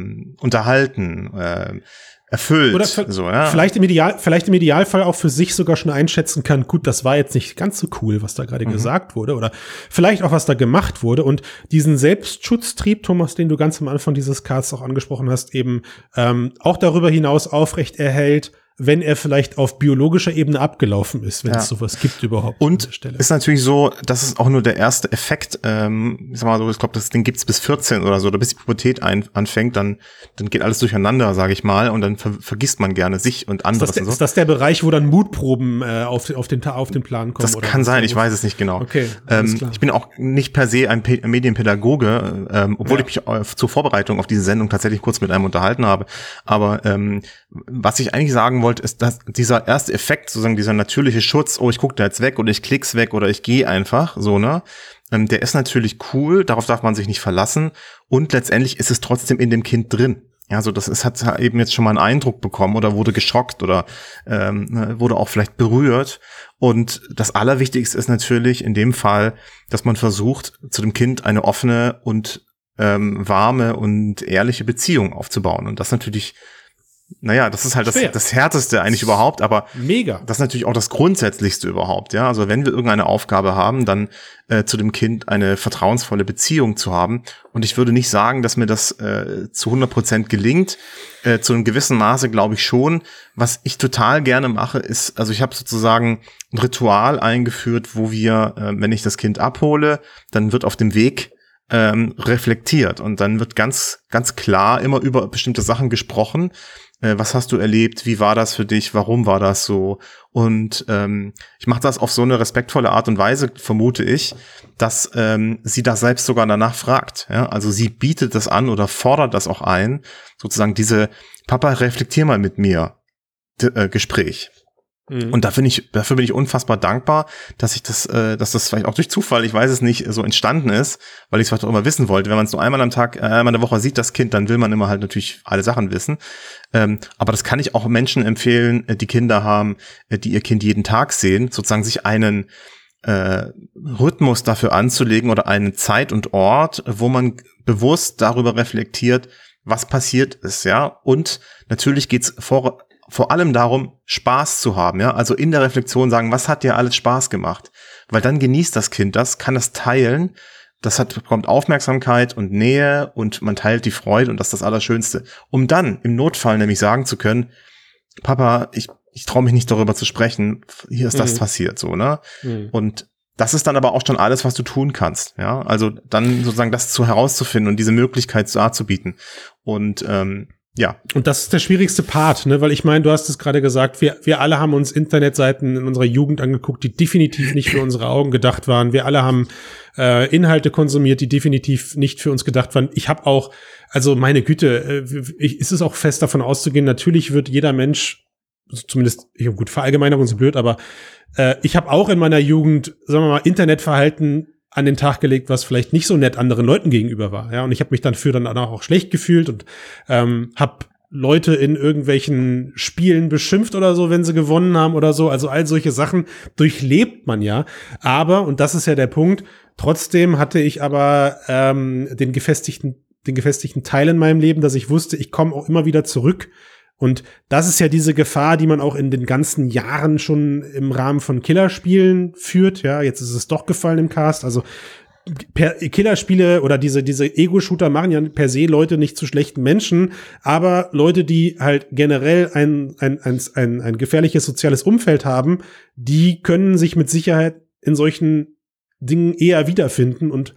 S3: unterhalten, erfüllt.
S2: Oder vielleicht im Idealfall auch für sich sogar schon einschätzen kann, gut, das war jetzt nicht ganz so cool, was da gerade gesagt wurde, oder vielleicht auch, was da gemacht wurde. Und diesen Selbstschutztrieb, Thomas, den du ganz am Anfang dieses Casts auch angesprochen hast, eben auch darüber hinaus aufrecht erhält, wenn er vielleicht auf biologischer Ebene abgelaufen ist, wenn es sowas gibt überhaupt.
S3: Und an der Stelle. Ist natürlich so, das ist auch nur der erste Effekt. Ich sag mal so, ich glaube, das Ding gibt's bis 14 oder so, oder bis die Pubertät anfängt, dann geht alles durcheinander, sage ich mal, und dann vergisst man gerne sich und anderes.
S2: Ist das der Bereich, wo dann Mutproben auf den Plan kommen?
S3: Das kann sein, ich weiß es nicht genau.
S2: Okay,
S3: ich bin auch nicht per se ein Medienpädagoge, obwohl ich mich zur Vorbereitung auf diese Sendung tatsächlich kurz mit einem unterhalten habe. Aber was ich eigentlich sagen wollte, ist, dass dieser erste Effekt, sozusagen dieser natürliche Schutz, ich gucke da jetzt weg oder ich klick's weg oder ich gehe einfach, so, ne? der ist natürlich cool, darauf darf man sich nicht verlassen und letztendlich ist es trotzdem in dem Kind drin. Ja, so hat eben jetzt schon mal einen Eindruck bekommen oder wurde geschockt oder wurde auch vielleicht berührt. Und das Allerwichtigste ist natürlich in dem Fall, dass man versucht, zu dem Kind eine offene und warme und ehrliche Beziehung aufzubauen. Und das natürlich, das ist halt das Härteste eigentlich überhaupt, aber
S2: mega.
S3: Das ist natürlich auch das Grundsätzlichste überhaupt, ja. Also wenn wir irgendeine Aufgabe haben, dann zu dem Kind eine vertrauensvolle Beziehung zu haben. Und ich würde nicht sagen, dass mir das zu 100% gelingt. Zu einem gewissen Maße glaube ich schon. Was ich total gerne mache, ist, also ich habe sozusagen ein Ritual eingeführt, wo wir, wenn ich das Kind abhole, dann wird auf dem Weg reflektiert und dann wird ganz, ganz klar immer über bestimmte Sachen gesprochen. Was hast du erlebt? Wie war das für dich? Warum war das so? Und ich mache das auf so eine respektvolle Art und Weise, vermute ich, dass sie das selbst sogar danach fragt. Ja? Also sie bietet das an oder fordert das auch ein, sozusagen diese Papa, reflektier mal mit mir Gespräch. Und dafür bin ich unfassbar dankbar, dass das vielleicht auch durch Zufall, ich weiß es nicht, so entstanden ist, weil ich es vielleicht auch immer wissen wollte. Wenn man es nur einmal am Tag, einmal in der Woche sieht, das Kind, dann will man immer halt natürlich alle Sachen wissen. Aber das kann ich auch Menschen empfehlen, die Kinder haben, die ihr Kind jeden Tag sehen, sozusagen sich einen Rhythmus dafür anzulegen oder einen Zeit und Ort, wo man bewusst darüber reflektiert, was passiert ist, ja. Und natürlich geht's vor allem darum, Spaß zu haben, ja, also in der Reflexion sagen, was hat dir alles Spaß gemacht? Weil dann genießt das Kind das, kann das teilen, bekommt Aufmerksamkeit und Nähe und man teilt die Freude und das ist das Allerschönste. Um dann im Notfall nämlich sagen zu können, Papa, ich traue mich nicht darüber zu sprechen, hier ist das passiert, so, ne? Und das ist dann aber auch schon alles, was du tun kannst, ja, also dann sozusagen das herauszufinden und diese Möglichkeit zu bieten und ja.
S2: Und das ist der schwierigste Part, ne, weil ich meine, du hast es gerade gesagt, wir alle haben uns Internetseiten in unserer Jugend angeguckt, die definitiv nicht für unsere Augen gedacht waren. Wir alle haben Inhalte konsumiert, die definitiv nicht für uns gedacht waren. Ich habe auch, also meine Güte, ist es auch fest davon auszugehen, natürlich wird jeder Mensch, zumindest, gut, Verallgemeinerung ist blöd, aber ich habe auch in meiner Jugend, sagen wir mal, Internetverhalten an den Tag gelegt, was vielleicht nicht so nett anderen Leuten gegenüber war. Ja, und ich habe mich dann auch schlecht gefühlt und habe Leute in irgendwelchen Spielen beschimpft oder so, wenn sie gewonnen haben oder so. Also all solche Sachen durchlebt man ja. Aber, und das ist ja der Punkt, trotzdem hatte ich aber den gefestigten Teil in meinem Leben, dass ich wusste, ich komme auch immer wieder zurück. Und das ist ja diese Gefahr, die man auch in den ganzen Jahren schon im Rahmen von Killerspielen führt. Ja, jetzt ist es doch gefallen im Cast. Also Killerspiele oder diese Ego-Shooter machen ja per se Leute nicht zu schlechten Menschen, aber Leute, die halt generell ein gefährliches soziales Umfeld haben, die können sich mit Sicherheit in solchen Dingen eher wiederfinden und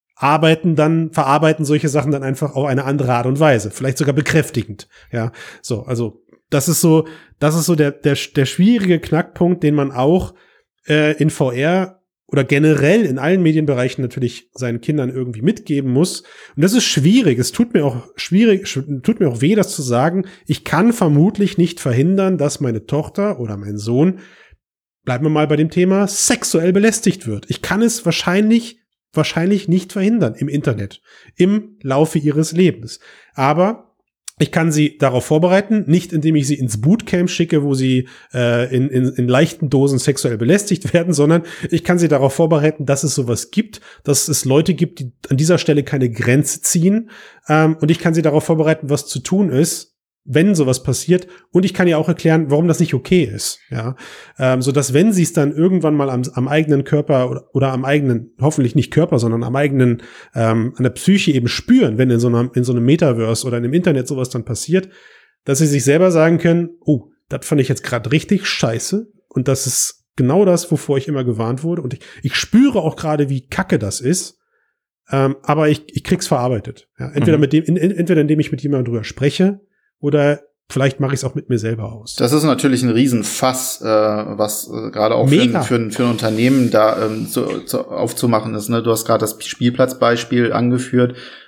S2: verarbeiten solche Sachen dann einfach auf eine andere Art und Weise, vielleicht sogar bekräftigend. Ja, so, also das ist so der schwierige Knackpunkt, den man auch in VR oder generell in allen Medienbereichen natürlich seinen Kindern irgendwie mitgeben muss. Und das ist schwierig. Es tut mir auch weh, das zu sagen. Ich kann vermutlich nicht verhindern, dass meine Tochter oder mein Sohn, bleiben wir mal bei dem Thema, sexuell belästigt wird. Ich kann es wahrscheinlich nicht verhindern im Internet, im Laufe ihres Lebens. Aber ich kann sie darauf vorbereiten, nicht indem ich sie ins Bootcamp schicke, wo sie in leichten Dosen sexuell belästigt werden, sondern ich kann sie darauf vorbereiten, dass es sowas gibt, dass es Leute gibt, die an dieser Stelle keine Grenze ziehen. Und ich kann sie darauf vorbereiten, was zu tun ist, wenn sowas passiert. Und ich kann ihr auch erklären, warum das nicht okay ist. Ja, so dass wenn sie es dann irgendwann mal am eigenen Körper oder am eigenen, hoffentlich nicht Körper, sondern am eigenen, an der Psyche eben spüren, wenn in so einem Metaverse oder in einem Internet sowas dann passiert, dass sie sich selber sagen können, oh, das fand ich jetzt gerade richtig scheiße. Und das ist genau das, wovor ich immer gewarnt wurde. Und ich spüre auch gerade, wie kacke das ist. Aber ich krieg's verarbeitet. Ja, entweder indem ich mit jemandem drüber spreche, oder vielleicht mache ich es auch mit mir selber aus.
S4: Das ist natürlich ein Riesenfass, was gerade auch für ein Unternehmen da aufzumachen ist. Ne? Du hast gerade das Spielplatzbeispiel angeführt.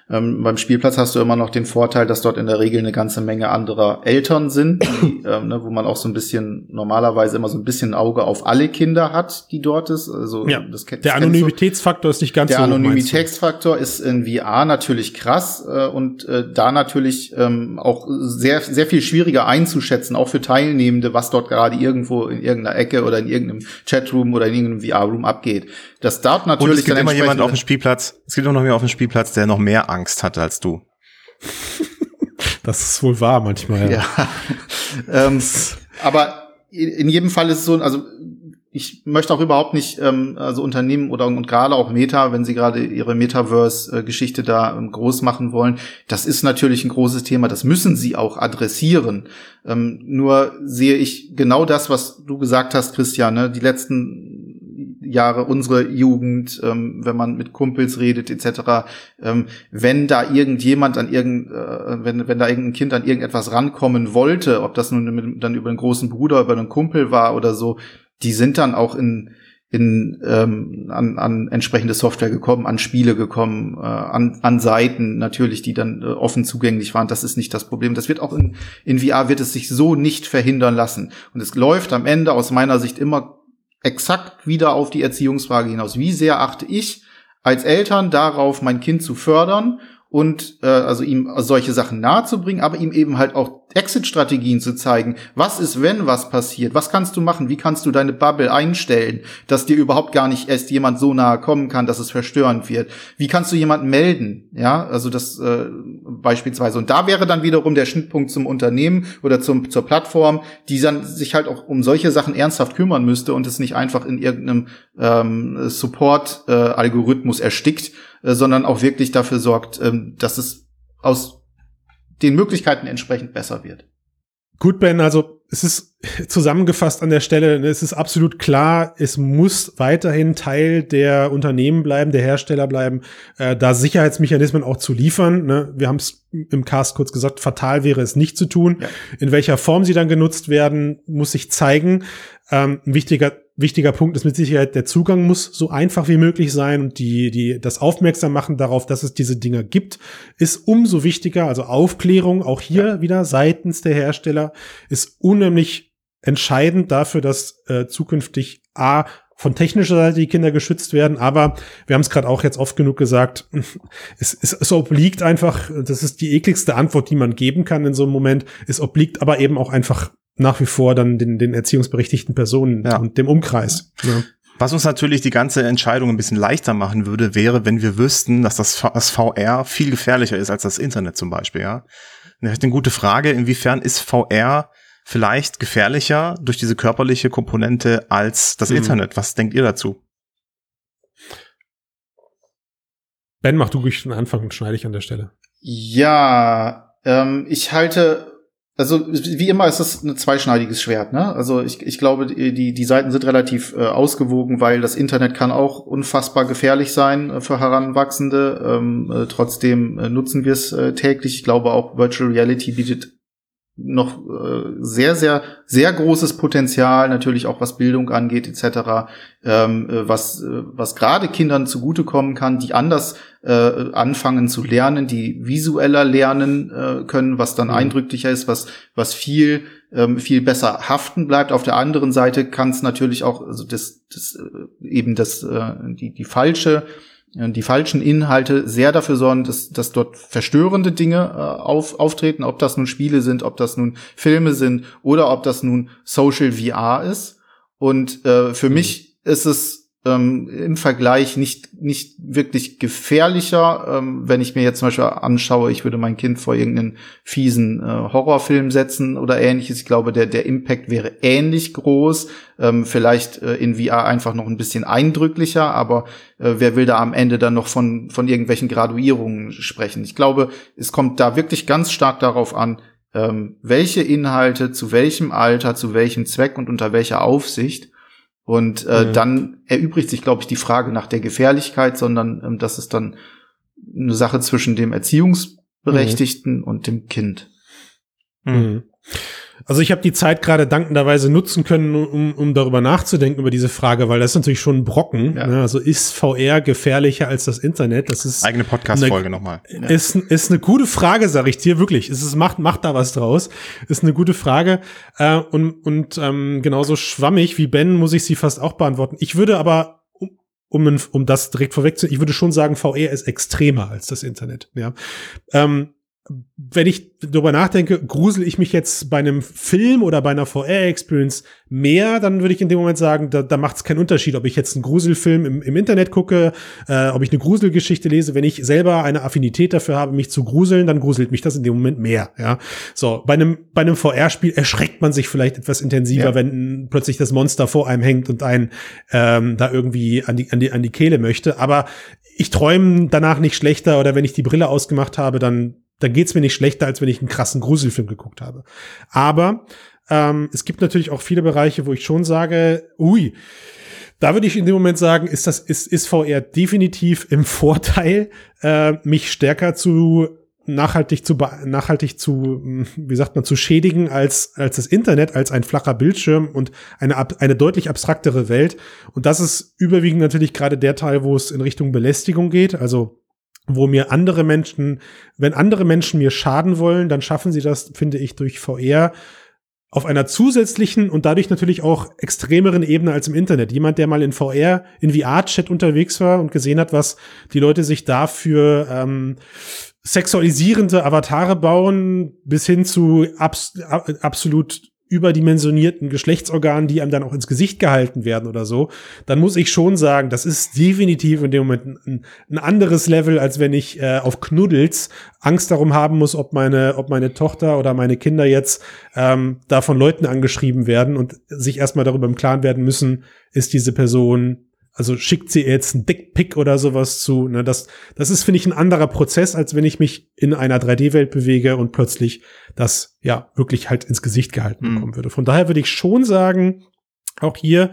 S4: Beim Spielplatz hast du immer noch den Vorteil, dass dort in der Regel eine ganze Menge anderer Eltern sind, die, wo man auch so ein bisschen normalerweise immer so ein bisschen ein Auge auf alle Kinder hat, die dort ist. Also
S2: ja, der Anonymitätsfaktor ist nicht ganz so hoch.
S4: Der Anonymitätsfaktor ist in VR natürlich krass und da natürlich auch sehr, sehr viel schwieriger einzuschätzen, auch für Teilnehmende, was dort gerade irgendwo in irgendeiner Ecke oder in irgendeinem Chatroom oder in irgendeinem VR-Room abgeht. Das dort natürlich
S3: und es gibt immer jemand auf dem Spielplatz, es gibt auch noch jemand auf dem Spielplatz, der noch mehr Angst hat als du.
S2: Das ist wohl wahr manchmal.
S4: Ja. Aber in jedem Fall ist es so, also ich möchte auch überhaupt nicht also Unternehmen und gerade auch Meta, wenn sie gerade ihre Metaverse-Geschichte da groß machen wollen, das ist natürlich ein großes Thema, das müssen sie auch adressieren. Nur sehe ich genau das, was du gesagt hast, Christian, ne? Die letzten Jahre, unsere Jugend, wenn man mit Kumpels redet etc., wenn da irgendjemand wenn da irgendein Kind an irgendetwas rankommen wollte, ob das nun dann über einen großen Bruder, über einen Kumpel war oder so, die sind dann auch an entsprechende Software gekommen, an Spiele gekommen, an Seiten natürlich, die dann offen zugänglich waren. Das ist nicht das Problem. Das wird auch in VR wird es sich so nicht verhindern lassen. Und es läuft am Ende aus meiner Sicht immer exakt wieder auf die Erziehungsfrage hinaus. Wie sehr achte ich als Eltern darauf, mein Kind zu fördern und also ihm solche Sachen nahezubringen, aber ihm eben halt auch Exit-Strategien zu zeigen. Was ist, wenn was passiert? Was kannst du machen? Wie kannst du deine Bubble einstellen, dass dir überhaupt gar nicht erst jemand so nahe kommen kann, dass es verstörend wird? Wie kannst du jemanden melden? Ja, also das beispielsweise. Und da wäre dann wiederum der Schnittpunkt zum Unternehmen oder zur Plattform, die dann sich halt auch um solche Sachen ernsthaft kümmern müsste und es nicht einfach in irgendeinem Support-Algorithmus erstickt, sondern auch wirklich dafür sorgt, dass es aus den Möglichkeiten entsprechend besser wird.
S2: Gut, Ben, also es ist zusammengefasst an der Stelle, es ist absolut klar, es muss weiterhin Teil der Unternehmen bleiben, der Hersteller bleiben, da Sicherheitsmechanismen auch zu liefern. Ne? Wir haben es im Cast kurz gesagt, fatal wäre es nicht zu tun. Ja. In welcher Form sie dann genutzt werden, muss sich zeigen. Ein wichtiger Punkt ist mit Sicherheit, der Zugang muss so einfach wie möglich sein und das Aufmerksam machen darauf, dass es diese Dinger gibt, ist umso wichtiger. Also Aufklärung, auch hier wieder seitens der Hersteller, ist unheimlich entscheidend dafür, dass zukünftig von technischer Seite die Kinder geschützt werden, aber wir haben es gerade auch jetzt oft genug gesagt, es obliegt einfach, das ist die ekligste Antwort, die man geben kann in so einem Moment, es obliegt aber eben auch einfach nach wie vor dann den erziehungsberechtigten Personen und dem Umkreis. Ja.
S3: Was uns natürlich die ganze Entscheidung ein bisschen leichter machen würde, wäre, wenn wir wüssten, dass das VR viel gefährlicher ist als das Internet zum Beispiel, ja. Das ist eine gute Frage, inwiefern ist VR vielleicht gefährlicher durch diese körperliche Komponente als das Internet? Was denkt ihr dazu?
S2: Ben, mach du ruhig den Anfang und schneide ich an der Stelle.
S4: Ja, ich halte, also wie immer ist es ein zweischneidiges Schwert, ne? Also ich glaube, die Seiten sind relativ ausgewogen, weil das Internet kann auch unfassbar gefährlich sein für Heranwachsende. Trotzdem nutzen wir es täglich. Ich glaube auch Virtual Reality bietet noch sehr, sehr, sehr großes Potenzial, natürlich auch was Bildung angeht etc., was gerade Kindern zugutekommen kann, die anders anfangen zu lernen, die visueller lernen können, was dann eindrücklicher ist, was viel besser haften bleibt. Auf der anderen Seite kann es natürlich auch, also die falschen Inhalte sehr dafür sorgen, dass dort verstörende Dinge auftreten, ob das nun Spiele sind, ob das nun Filme sind oder ob das nun Social VR ist. Und für mich ist es im Vergleich nicht wirklich gefährlicher, wenn ich mir jetzt zum Beispiel anschaue, ich würde mein Kind vor irgendeinen fiesen Horrorfilm setzen oder ähnliches. Ich glaube, der Impact wäre ähnlich groß, vielleicht in VR einfach noch ein bisschen eindrücklicher, aber wer will da am Ende dann noch von irgendwelchen Graduierungen sprechen? Ich glaube, es kommt da wirklich ganz stark darauf an, welche Inhalte, zu welchem Alter, zu welchem Zweck und unter welcher Aufsicht. Und dann erübrigt sich, glaube ich, die Frage nach der Gefährlichkeit, sondern das ist dann eine Sache zwischen dem Erziehungsberechtigten und dem Kind.
S2: Also ich habe die Zeit gerade dankenderweise nutzen können, um darüber nachzudenken, über diese Frage, weil das ist natürlich schon ein Brocken. Ja. Ne? Also ist VR gefährlicher als das Internet? Das ist
S3: eigene Podcast-Folge nochmal.
S2: Ist eine gute Frage, sage ich dir, wirklich. Macht da was draus. Ist eine gute Frage. Und genauso schwammig wie Ben muss ich sie fast auch beantworten. Ich würde aber, um das direkt vorwegzunehmen, ich würde schon sagen, VR ist extremer als das Internet. Ja. Wenn ich darüber nachdenke, grusel ich mich jetzt bei einem Film oder bei einer VR-Experience mehr, dann würde ich in dem Moment sagen, da macht es keinen Unterschied, ob ich jetzt einen Gruselfilm im Internet gucke, ob ich eine Gruselgeschichte lese. Wenn ich selber eine Affinität dafür habe, mich zu gruseln, dann gruselt mich das in dem Moment mehr. Ja, so bei einem VR-Spiel erschreckt man sich vielleicht etwas intensiver, wenn plötzlich das Monster vor einem hängt und einen da irgendwie an die Kehle möchte. Aber ich träume danach nicht schlechter, oder wenn ich die Brille ausgemacht habe, dann geht's mir nicht schlechter, als wenn ich einen krassen Gruselfilm geguckt habe. Aber es gibt natürlich auch viele Bereiche, wo ich schon sage, da würde ich in dem Moment sagen, ist VR definitiv im Vorteil, mich stärker nachhaltig zu schädigen als das Internet, als ein flacher Bildschirm und eine deutlich abstraktere Welt. Und das ist überwiegend natürlich gerade der Teil, wo es in Richtung Belästigung geht, also wo mir wenn andere Menschen mir schaden wollen, dann schaffen sie das, finde ich, durch VR auf einer zusätzlichen und dadurch natürlich auch extremeren Ebene als im Internet. Jemand, der mal in VR-Chat unterwegs war und gesehen hat, was die Leute sich da für sexualisierende Avatare bauen, bis hin zu absolut überdimensionierten Geschlechtsorganen, die einem dann auch ins Gesicht gehalten werden oder so, dann muss ich schon sagen, das ist definitiv in dem Moment ein anderes Level, als wenn ich auf Knuddels Angst darum haben muss, ob meine Tochter oder meine Kinder jetzt da von Leuten angeschrieben werden und sich erstmal darüber im Klaren werden müssen, ist diese Person, also schickt sie jetzt einen Dickpick oder sowas zu. Ne? Das ist, finde ich, ein anderer Prozess, als wenn ich mich in einer 3D-Welt bewege und plötzlich das ja wirklich halt ins Gesicht gehalten bekommen würde. Von daher würde ich schon sagen, auch hier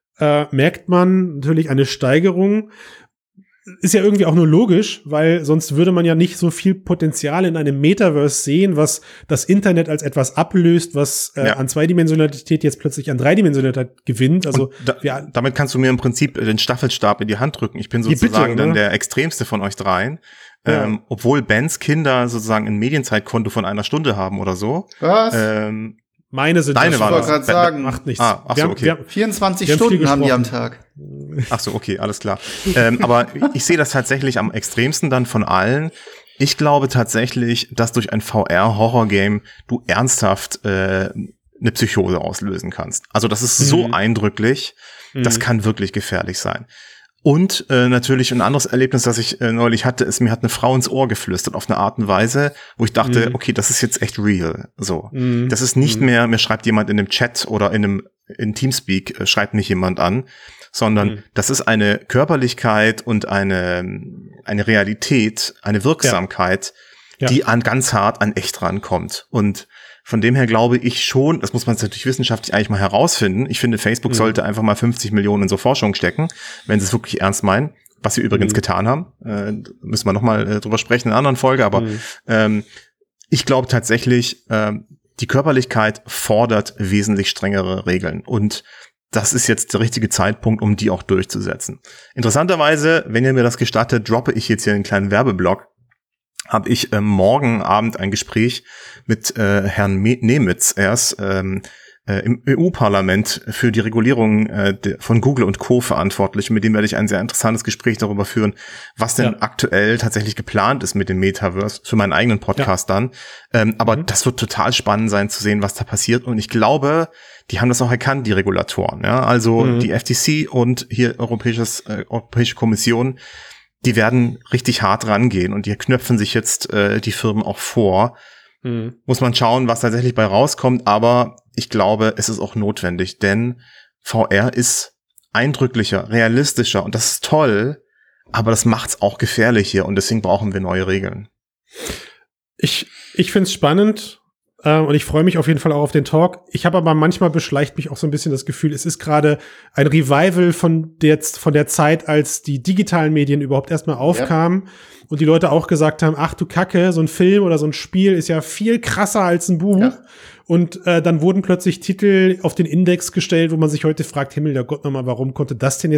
S2: merkt man natürlich eine Steigerung. Ist ja irgendwie auch nur logisch, weil sonst würde man ja nicht so viel Potenzial in einem Metaverse sehen, was das Internet als etwas ablöst, was an Zweidimensionalität jetzt plötzlich an Dreidimensionalität gewinnt. Also
S3: damit kannst du mir im Prinzip den Staffelstab in die Hand drücken. Ich bin sozusagen dann der extremste von euch dreien. Ja. Obwohl Bens Kinder sozusagen ein Medienzeitkonto von 1 Stunde haben oder so.
S4: Was?
S2: Meine sind
S3: Deine waren
S4: das. Ich wollte gerade sagen.
S2: Macht nichts.
S3: Okay.
S4: 24 Stunden haben die am Tag.
S3: Ach so, okay, alles klar. Aber ich sehe das tatsächlich am extremsten dann von allen. Ich glaube tatsächlich, dass durch ein VR-Horror-Game du ernsthaft eine Psychose auslösen kannst. Also das ist so eindrücklich, das kann wirklich gefährlich sein. Und natürlich ein anderes Erlebnis, das ich neulich hatte, ist, mir hat eine Frau ins Ohr geflüstert auf eine Art und Weise, wo ich dachte, okay, das ist jetzt echt real. So, das ist nicht mehr, mir schreibt jemand in einem Chat oder in Teamspeak, schreibt mich jemand an, sondern das ist eine Körperlichkeit und eine Realität, eine Wirksamkeit, die ganz hart an echt rankommt. Und von dem her glaube ich schon, das muss man natürlich wissenschaftlich eigentlich mal herausfinden. Ich finde, Facebook sollte einfach mal 50 Millionen in so Forschung stecken, wenn sie es wirklich ernst meinen, was sie übrigens getan haben. Müssen wir nochmal drüber sprechen in einer anderen Folge, aber ich glaube tatsächlich, die Körperlichkeit fordert wesentlich strengere Regeln und das ist jetzt der richtige Zeitpunkt, um die auch durchzusetzen. Interessanterweise, wenn ihr mir das gestattet, droppe ich jetzt hier einen kleinen Werbeblock. Habe ich morgen Abend ein Gespräch mit Herrn Nemitz. Er ist im EU-Parlament für die Regulierung von Google und Co. verantwortlich. Mit dem werde ich ein sehr interessantes Gespräch darüber führen, was denn aktuell tatsächlich geplant ist mit dem Metaverse für meinen eigenen Podcast dann. Aber das wird total spannend sein zu sehen, was da passiert. Und ich glaube, die haben das auch erkannt, die Regulatoren. Ja, also die FTC und hier Europäische Kommission, die werden richtig hart rangehen und die knöpfen sich jetzt die Firmen auch vor. Muss man schauen, was tatsächlich bei rauskommt, aber ich glaube, es ist auch notwendig, denn VR ist eindrücklicher, realistischer und das ist toll, aber das macht's auch gefährlich hier und deswegen brauchen wir neue Regeln.
S2: Ich find's spannend und ich freue mich auf jeden Fall auch auf den Talk. Ich habe aber manchmal beschleicht mich auch so ein bisschen das Gefühl, es ist gerade ein Revival von der Zeit, als die digitalen Medien überhaupt erstmal aufkamen. und die Leute auch gesagt haben, ach du Kacke, so ein Film oder so ein Spiel ist ja viel krasser als ein Buch. Ja. Und dann wurden plötzlich Titel auf den Index gestellt, wo man sich heute fragt, Himmel der Gott nochmal, wie konnte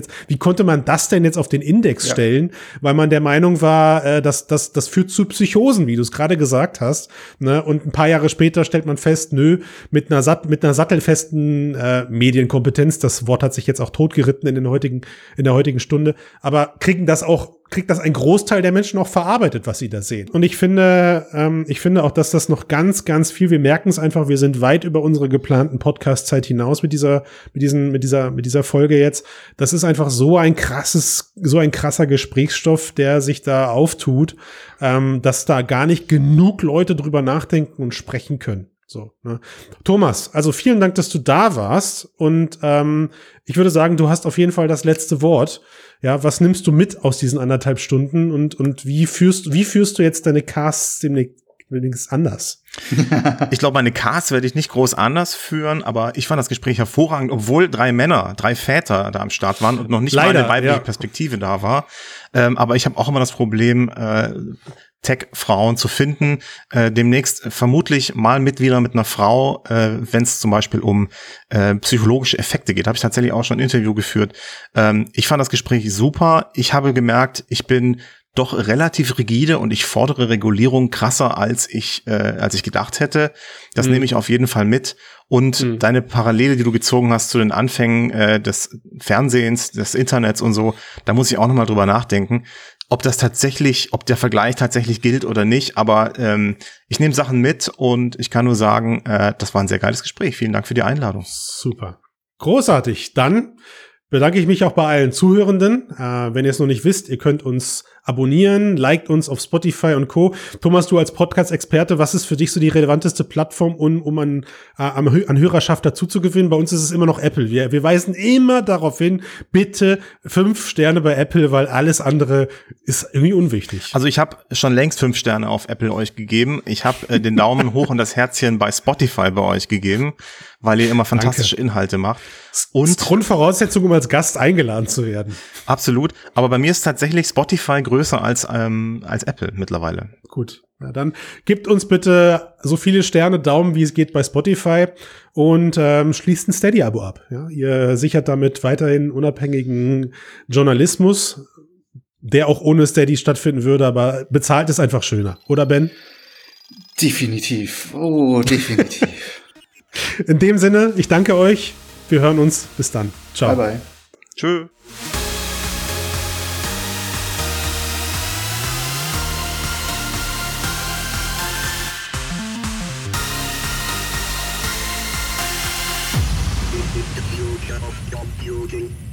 S2: man das denn jetzt auf den Index stellen? Weil man der Meinung war, das führt zu Psychosen, wie du es gerade gesagt hast. Ne? Und ein paar Jahre später stellt man fest, mit einer sattelfesten Medienkompetenz, das Wort hat sich jetzt auch totgeritten in der heutigen Stunde, aber kriegt das ein Großteil der Menschen auch verarbeitet, was sie da sehen. Und ich finde auch, dass das noch ganz, ganz viel, wir merken es einfach, wir sind weit über unsere geplanten Podcast-Zeit hinaus mit dieser Folge jetzt. Das ist einfach so ein krasser Gesprächsstoff, der sich da auftut, dass da gar nicht genug Leute drüber nachdenken und sprechen können. So, ne? Thomas, also vielen Dank, dass du da warst und ich würde sagen, du hast auf jeden Fall das letzte Wort. Ja, was nimmst du mit aus diesen 1,5 Stunden und wie führst du jetzt deine Casts demnächst anders?
S3: Ich glaube, meine Casts werde ich nicht groß anders führen, aber ich fand das Gespräch hervorragend, obwohl 3 Väter da am Start waren und noch nicht mal eine weibliche Perspektive da war. Aber ich habe auch immer das Problem, Tech-Frauen zu finden, demnächst vermutlich mal wieder mit einer Frau, wenn es zum Beispiel um psychologische Effekte geht. Habe ich tatsächlich auch schon ein Interview geführt. Ich fand das Gespräch super. Ich habe gemerkt, ich bin doch relativ rigide und ich fordere Regulierung krasser, als ich gedacht hätte. Das nehme ich auf jeden Fall mit. Und deine Parallele, die du gezogen hast zu den Anfängen des Fernsehens, des Internets und so, da muss ich auch nochmal drüber nachdenken, ob der Vergleich tatsächlich gilt oder nicht. Aber ich nehme Sachen mit und ich kann nur sagen, das war ein sehr geiles Gespräch. Vielen Dank für die Einladung.
S2: Super. Großartig. Dann bedanke ich mich auch bei allen Zuhörenden. Wenn ihr es noch nicht wisst, ihr könnt uns abonnieren, liked uns auf Spotify und Co. Thomas, du als Podcast-Experte, was ist für dich so die relevanteste Plattform, um an Hörerschaft dazu zu gewinnen? Bei uns ist es immer noch Apple. Wir weisen immer darauf hin, bitte 5 Sterne bei Apple, weil alles andere ist irgendwie unwichtig.
S3: Also ich habe schon längst 5 Sterne auf Apple euch gegeben. Ich habe den Daumen hoch und das Herzchen bei Spotify bei euch gegeben, weil ihr immer fantastische Inhalte macht.
S2: Und das ist Grundvoraussetzung, um als Gast eingeladen zu werden.
S3: Absolut. Aber bei mir ist tatsächlich Spotify größer als Apple mittlerweile.
S2: Gut. Ja, dann gebt uns bitte so viele Sterne, Daumen, wie es geht bei Spotify und schließt ein Steady-Abo ab. Ja? Ihr sichert damit weiterhin unabhängigen Journalismus, der auch ohne Steady stattfinden würde, aber bezahlt ist einfach schöner. Oder Ben?
S4: Definitiv. Oh, definitiv.
S2: In dem Sinne, ich danke euch. Wir hören uns. Bis dann. Ciao.
S4: Bye, bye.
S3: Tschö.
S5: Computing.